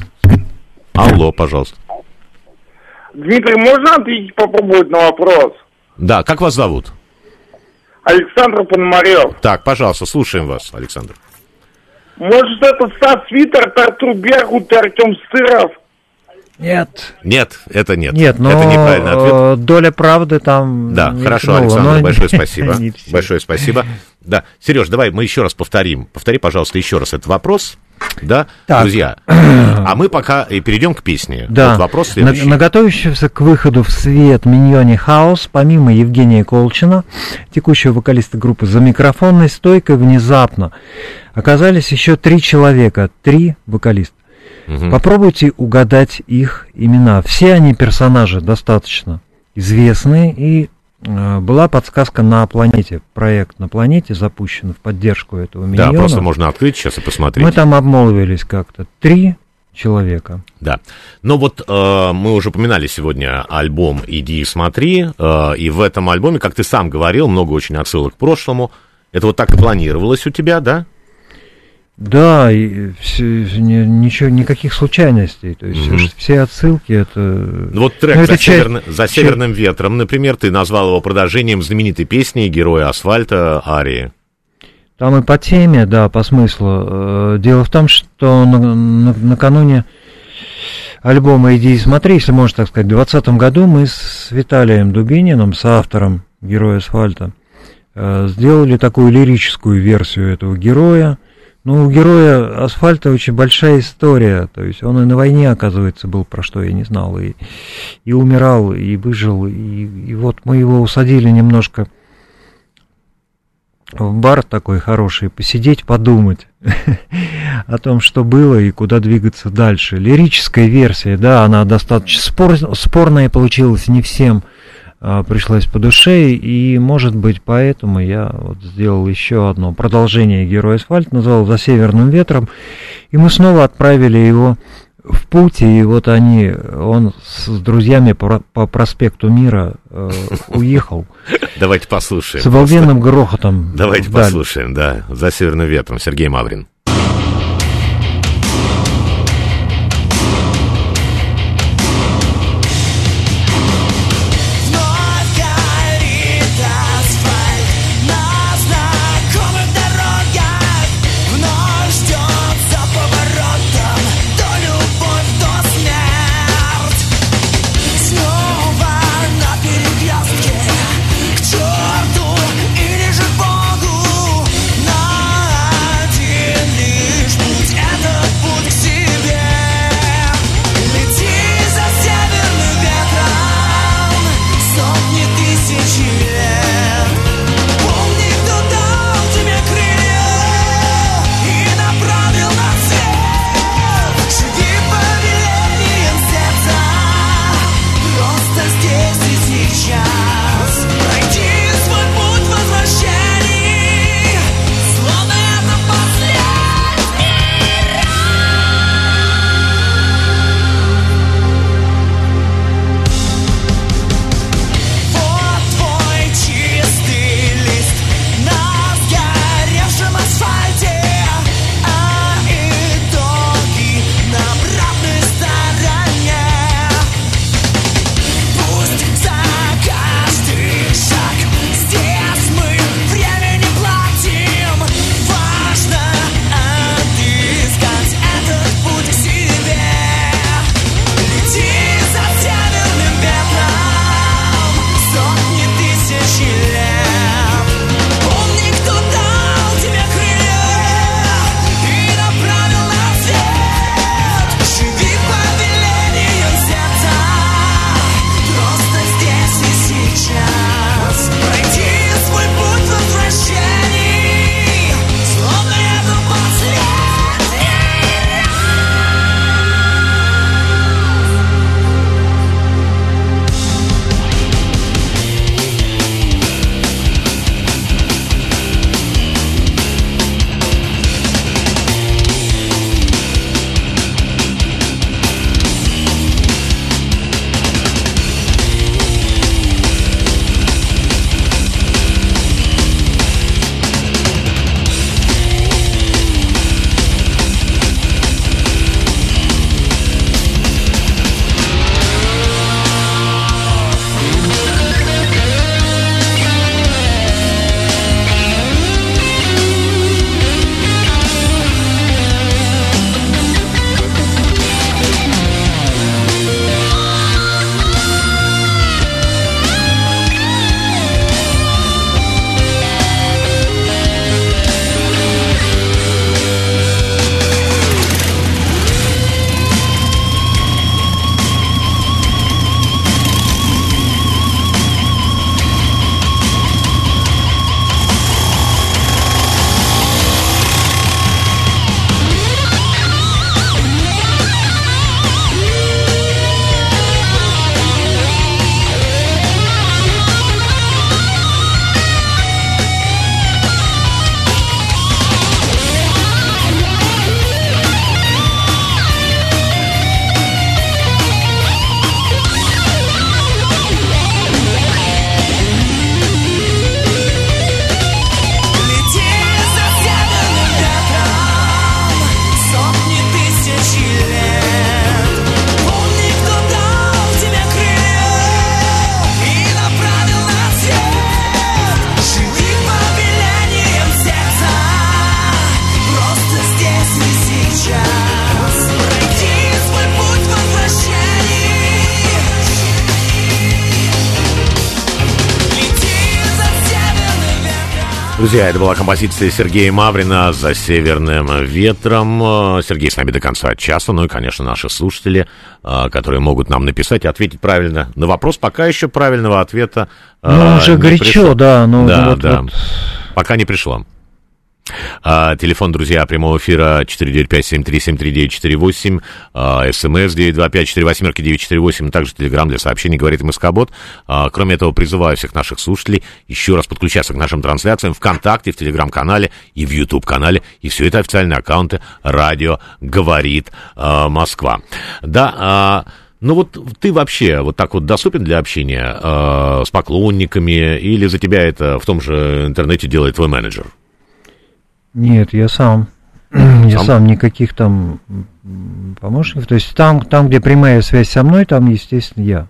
Алло, пожалуйста. Дмитрий, можно ответить, попробовать на вопрос? Да, как вас зовут? Александр Пономарев. Так, пожалуйста, слушаем вас, Александр. Может, это Стас Витер, Артур Бергут и Артем Стыров? Нет. Нет, это нет. Нет, но это неправильный ответ. Доля правды там... Да, хорошо, Александр, большое спасибо. Большое спасибо. Да, Сереж, давай мы еще раз повторим. Повтори, пожалуйста, еще раз этот вопрос. Да, так. Друзья, а мы пока и перейдем к песне. Да, вот вопрос следующий. На готовящемся к выходу в свет миньоне Хаус, помимо Евгения Колчина, текущего вокалиста группы, за микрофонной стойкой внезапно оказались еще 3 человека, 3 вокалиста. Попробуйте угадать их имена. Все они персонажи достаточно известные, и была подсказка на планете. Проект на планете запущен в поддержку этого миньона. Да, просто можно открыть сейчас и посмотреть. Мы там обмолвились как-то. 3 человека. Да. Но вот мы уже упоминали сегодня альбом «Иди и смотри», и в этом альбоме, как ты сам говорил, много очень отсылок к прошлому. Это вот так и планировалось у тебя, да? Да, и ничего, никаких случайностей. То есть все отсылки это. Вот трек «За северным ветром», например, ты назвал его продолжением знаменитой песни «Герои асфальта» Арии. Там и по теме, да, по смыслу. Дело в том, что накануне альбома «Иди и смотри», если можно так сказать, в 2020 году мы с Виталием Дубининым, с автором «Героя асфальта», сделали такую лирическую версию этого героя. Ну, у героя асфальта очень большая история, то есть он и на войне, оказывается, был, про что я не знал, и умирал, и выжил, и вот мы его усадили немножко в бар такой хороший, посидеть, подумать о том, что было и куда двигаться дальше. Лирическая версия, да, она достаточно спорная получилась, не всем пришлось по душе, и, может быть, поэтому я вот сделал еще одно продолжение «Героя асфальта», назвал «За северным ветром», и мы снова отправили его в путь, и вот он с друзьями по проспекту Мира уехал. Давайте послушаем. С обалденным грохотом. Давайте послушаем, да, «За северным ветром», Сергей Маврин. К черту или же Богу на один Друзья, это была композиция Сергея Маврина «За северным ветром». Сергей с нами до конца часа. Ну и, конечно, наши слушатели, которые могут нам написать и ответить правильно на вопрос. Пока еще правильного ответа уже горячо, пришло. да. Да. Пока не пришло. Телефон, друзья, прямого эфира 495-7373-948, СМС 925-48-948, также телеграм для сообщений «Говорит МСК-бот». Кроме этого, призываю всех наших слушателей еще раз подключаться к нашим трансляциям ВКонтакте, в телеграм-канале и в YouTube-канале, и все это официальные аккаунты «Радио Говорит Москва». Да, ну вот ты вообще вот так вот доступен для общения с поклонниками, или за тебя это в том же интернете делает твой менеджер? Нет, я сам. Я сам, никаких там помощников. То есть там, где прямая связь со мной, там, естественно, я.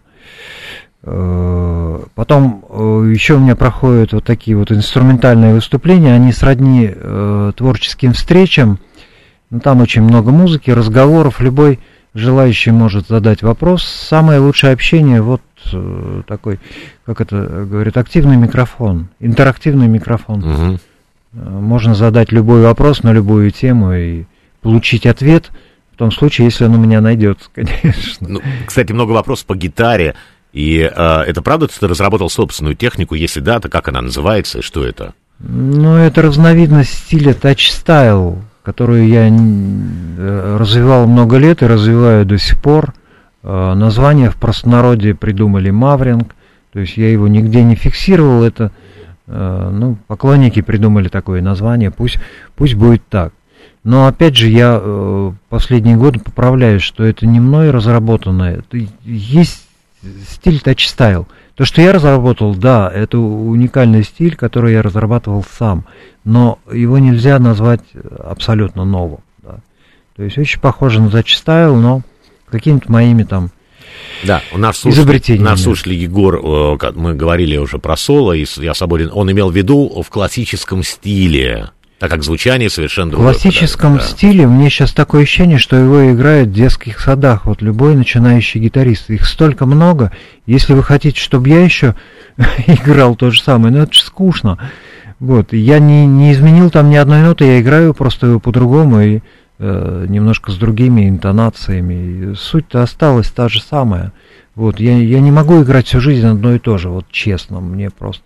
Потом еще у меня проходят вот такие вот инструментальные выступления. Они сродни творческим встречам. Ну, там очень много музыки, разговоров. Любой желающий может задать вопрос. Самое лучшее общение вот такой, как это говорят, активный микрофон, интерактивный микрофон. Угу. Можно задать любой вопрос на любую тему и получить ответ, в том случае, если он у меня найдется, конечно. Ну, кстати, много вопросов по гитаре. И это правда, что ты разработал собственную технику? Если да, то как она называется и что это? Ну, это разновидность стиля тач-стайл, которую я развивал много лет и развиваю до сих пор. Название в простонародье придумали Мавринг, то есть я его нигде не фиксировал, это... Ну, поклонники придумали такое название, пусть будет так. Но опять же, я последние годы поправляюсь, что это не мной разработанное, это есть стиль тач-стайл. То, что я разработал, да, это уникальный стиль, который я разрабатывал сам, но его нельзя назвать абсолютно новым. Да. То есть очень похоже на тач-стайл, но какими-то моими там... Да, у нас слушатель Егор, мы говорили уже про соло, и я свободен, он имел в виду в классическом стиле, так как звучание совершенно другое. В классическом стиле мне сейчас такое ощущение, что его играют в детских садах, вот любой начинающий гитарист, их столько много, если вы хотите, чтобы я еще играл то же самое, ну это же скучно. Вот, я не изменил там ни одной ноты, я играю просто по-другому и немножко с другими интонациями. Суть-то осталась та же самая. Вот, я не могу играть всю жизнь одно и то же, вот честно, мне просто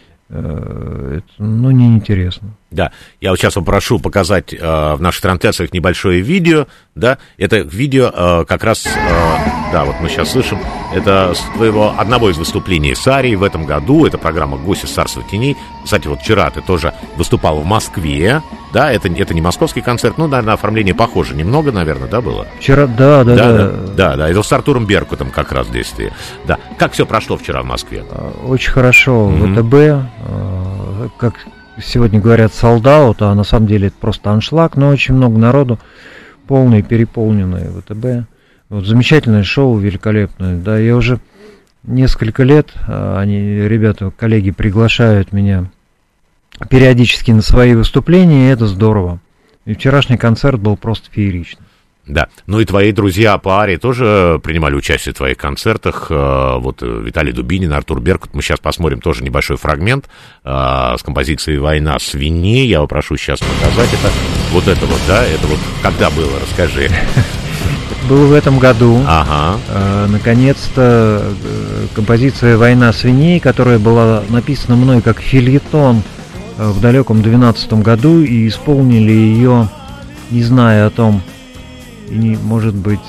это, ну, неинтересно. Да, я вот сейчас попрошу показать в наших трансляциях небольшое видео, да, это видео как раз, да, вот мы сейчас слышим, это с твоего одного из выступлений с Арией в этом году, это программа «Гости с царства теней». Кстати, вот вчера ты тоже выступал в Москве, да, это не московский концерт, ну, наверное, оформление похоже немного, наверное, да, было? Вчера, да, это с Артуром Беркутом как раз действие, да. Как все прошло вчера в Москве? Очень хорошо, ВТБ, как сегодня говорят, солдаут, а на самом деле это просто аншлаг, но очень много народу, полный, переполненный ВТБ. Вот, замечательное шоу, великолепное. Да, я уже несколько лет, ребята, коллеги приглашают меня периодически на свои выступления, и это здорово. И вчерашний концерт был просто фееричный. Да, ну и твои друзья по Арии тоже принимали участие в твоих концертах. Вот Виталий Дубинин, Артур Беркут. Мы сейчас посмотрим тоже небольшой фрагмент с композицией «Война свиней». Я попрошу сейчас показать это. Вот это вот, да, это вот когда было, расскажи. Было в этом году. Ага. Наконец-то композиция «Война свиней», которая была написана мной как фельетон в далеком 2012 году, и исполнили ее, не зная о том, и, может быть,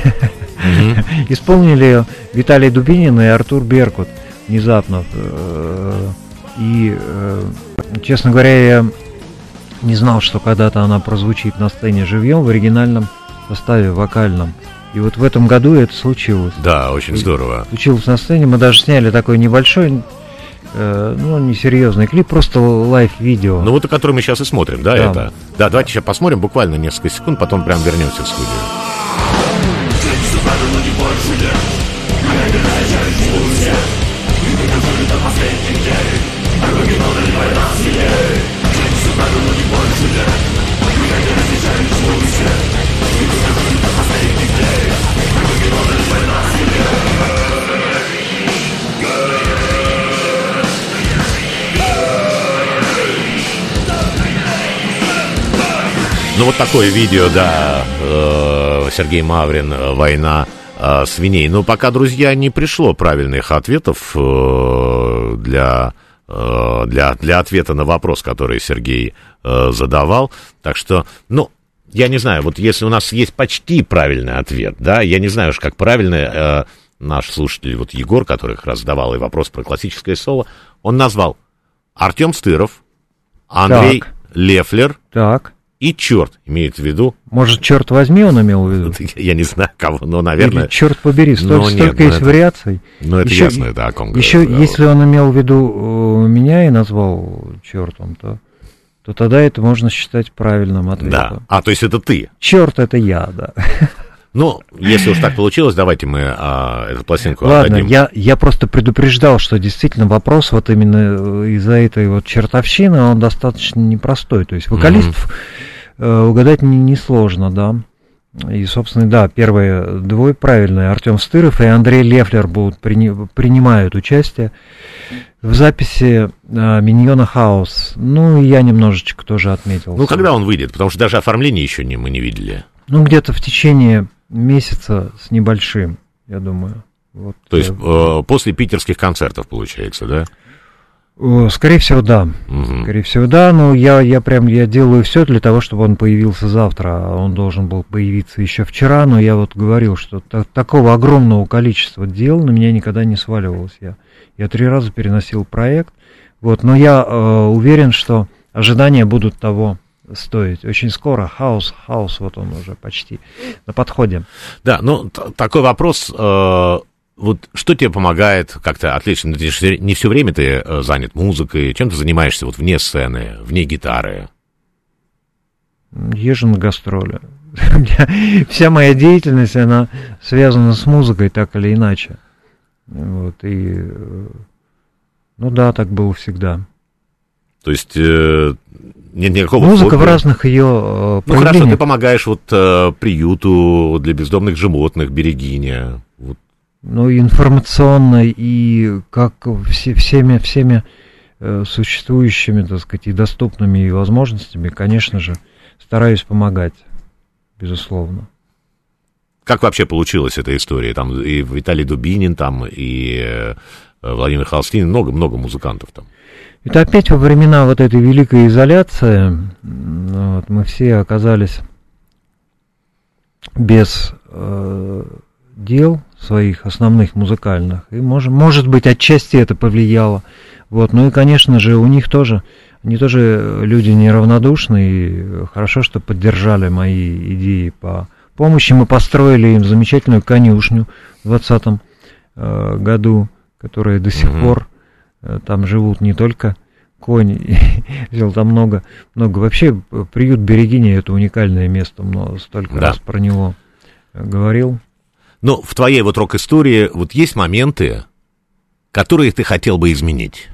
исполнили ее Виталий Дубинин и Артур Беркут внезапно. И, честно говоря, я не знал, что когда-то она прозвучит на сцене живьем в оригинальном составе вокальном. И вот в этом году это случилось. Да, очень здорово. Случилось на сцене. Мы даже сняли такой небольшой, ну, несерьезный клип, просто лайв-видео. Ну, вот о котором мы сейчас и смотрим, да, это? Да, давайте сейчас посмотрим буквально несколько секунд, потом прям вернемся в студию. Ну, вот такое видео, да, Сергей Маврин, «Война свиней». Но пока, друзья, не пришло правильных ответов для ответа на вопрос, который Сергей задавал. Так что, ну, я не знаю, вот если у нас есть почти правильный ответ, да, я не знаю уж, как правильный, наш слушатель, вот Егор, который как раз задавал и вопрос про классическое соло, он назвал Артем Стыров, Андрей Лефлер и черт, имеет в виду. Может, черт возьми, он имел в виду? Я не знаю, кого, но, наверное... Или черт побери, столько есть вариаций. Ну, это ясно, это о ком еще, говорю. если он имел в виду меня и назвал чертом, то тогда это можно считать правильным ответом. Да, то есть это ты? Черт, это я, да. Ну, если уж так получилось, давайте мы эту пластинку отдадим. Ладно, я просто предупреждал, что действительно вопрос вот именно из-за этой вот чертовщины, он достаточно непростой. То есть вокалистов угадать несложно, да. И, собственно, да, первые двое правильные. Артем Стыров и Андрей Лефлер принимают участие в записи «Миньона Хаус». Ну, и я немножечко тоже отметил. Ну, когда он выйдет? Потому что даже оформление еще мы не видели. Ну, где-то в течение месяца с небольшим, я думаю. Вот. То есть после питерских концертов, получается, да? Скорее всего, да. Угу. Скорее всего, да. Но я делаю все для того, чтобы он появился завтра. Он должен был появиться еще вчера, но я вот говорил, что такого огромного количества дел на меня никогда не сваливалось. Я 3 раза переносил проект. Вот, но я уверен, что ожидания будут того стоить. Очень скоро хаус, вот он уже почти на подходе. Да, ну, такой вопрос, вот что тебе помогает как-то отвлечься? Не все время ты занят музыкой, чем ты занимаешься вот вне сцены, вне гитары? Езжу на гастроли. Вся моя деятельность, она связана с музыкой, так или иначе. Вот, и, ну да, так было всегда. То есть нет никакого музыка хобби. В разных ее Ну хорошо, ты помогаешь вот приюту для бездомных животных, Берегиня. Вот. Ну, информационно и как всеми существующими, так сказать, и доступными возможностями, конечно же, стараюсь помогать, безусловно. Как вообще получилась эта история? Там и Виталий Дубинин, там и Владимир Холстин, много музыкантов там. Это опять во времена вот этой великой изоляции, вот, мы все оказались без дел своих основных музыкальных, и может быть отчасти это повлияло. Вот. Ну и, конечно же, у них тоже, они тоже люди неравнодушные, и хорошо, что поддержали мои идеи по помощи. Мы построили им замечательную конюшню в 2020 году, которая до сих пор, там живут не только кони, там много. Вообще, приют Берегиня — это уникальное место, столько раз про него говорил. Ну, в твоей вот рок-истории вот есть моменты, которые ты хотел бы изменить?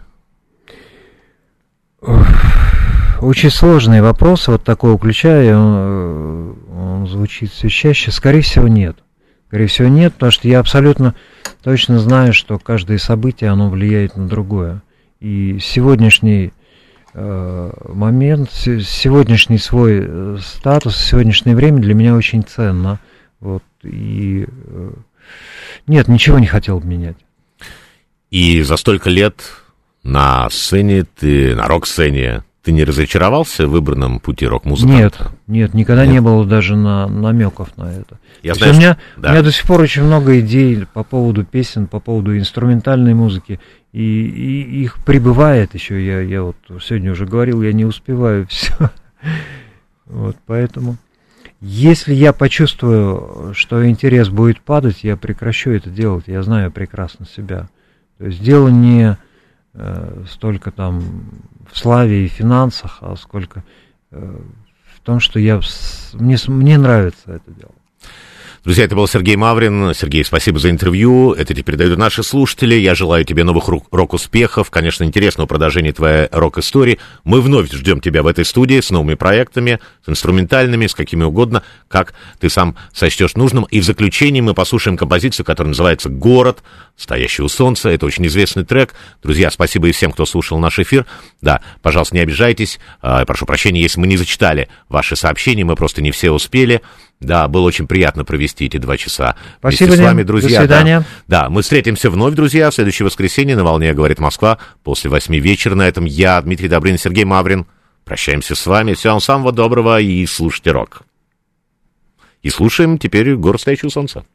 Очень сложный вопрос, вот такой включая, он звучит все чаще. Скорее всего, нет. Потому что я абсолютно точно знаю, что каждое событие, оно влияет на другое. И сегодняшний момент, сегодняшний свой статус, сегодняшнее время для меня очень ценно. Вот, и нет, ничего не хотел бы менять. И за столько лет на сцене, на рок-сцене, ты не разочаровался в выбранном пути рок-музыканта? Нет, никогда не было даже намеков на это. Я знаю, у меня до сих пор очень много идей по поводу песен, по поводу инструментальной музыки, и их прибывает еще. Я вот сегодня уже говорил, я не успеваю все. Вот, поэтому... Если я почувствую, что интерес будет падать, я прекращу это делать. Я знаю прекрасно себя. То есть дело не столько там в славе и финансах, а сколько в том, что мне нравится это дело. Друзья, это был Сергей Маврин. Сергей, спасибо за интервью. Это теперь передают наши слушатели. Я желаю тебе новых рок-успехов. Конечно, интересного продолжения твоей рок-истории. Мы вновь ждем тебя в этой студии с новыми проектами, с инструментальными, с какими угодно, как ты сам сочтешь нужным. И в заключение мы послушаем композицию, которая называется «Город», «Стоящий у солнца». Это очень известный трек. Друзья, спасибо и всем, кто слушал наш эфир. Да, пожалуйста, не обижайтесь. Прошу прощения, если мы не зачитали ваши сообщения, мы просто не все успели. Да, было очень приятно провести эти 2 часа Спасибо, вместе с вами, друзья. До свидания. Да, мы встретимся вновь, друзья, в следующее воскресенье на волне «Говорит Москва» после 8 вечера. На этом я, Дмитрий Добрынин, Сергей Маврин. Прощаемся с вами. Всего вам самого доброго и слушайте рок. И слушаем теперь «Город, стоящий у солнца».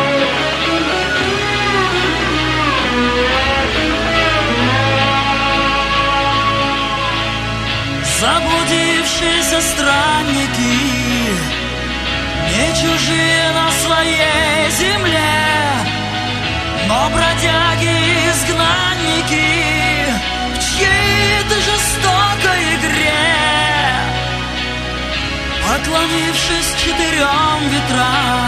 Заблудившиеся странники, не чужие на своей земле, но бродяги-изгнанники в чьей-то жестокой игре, поклонившись 4 ветрам,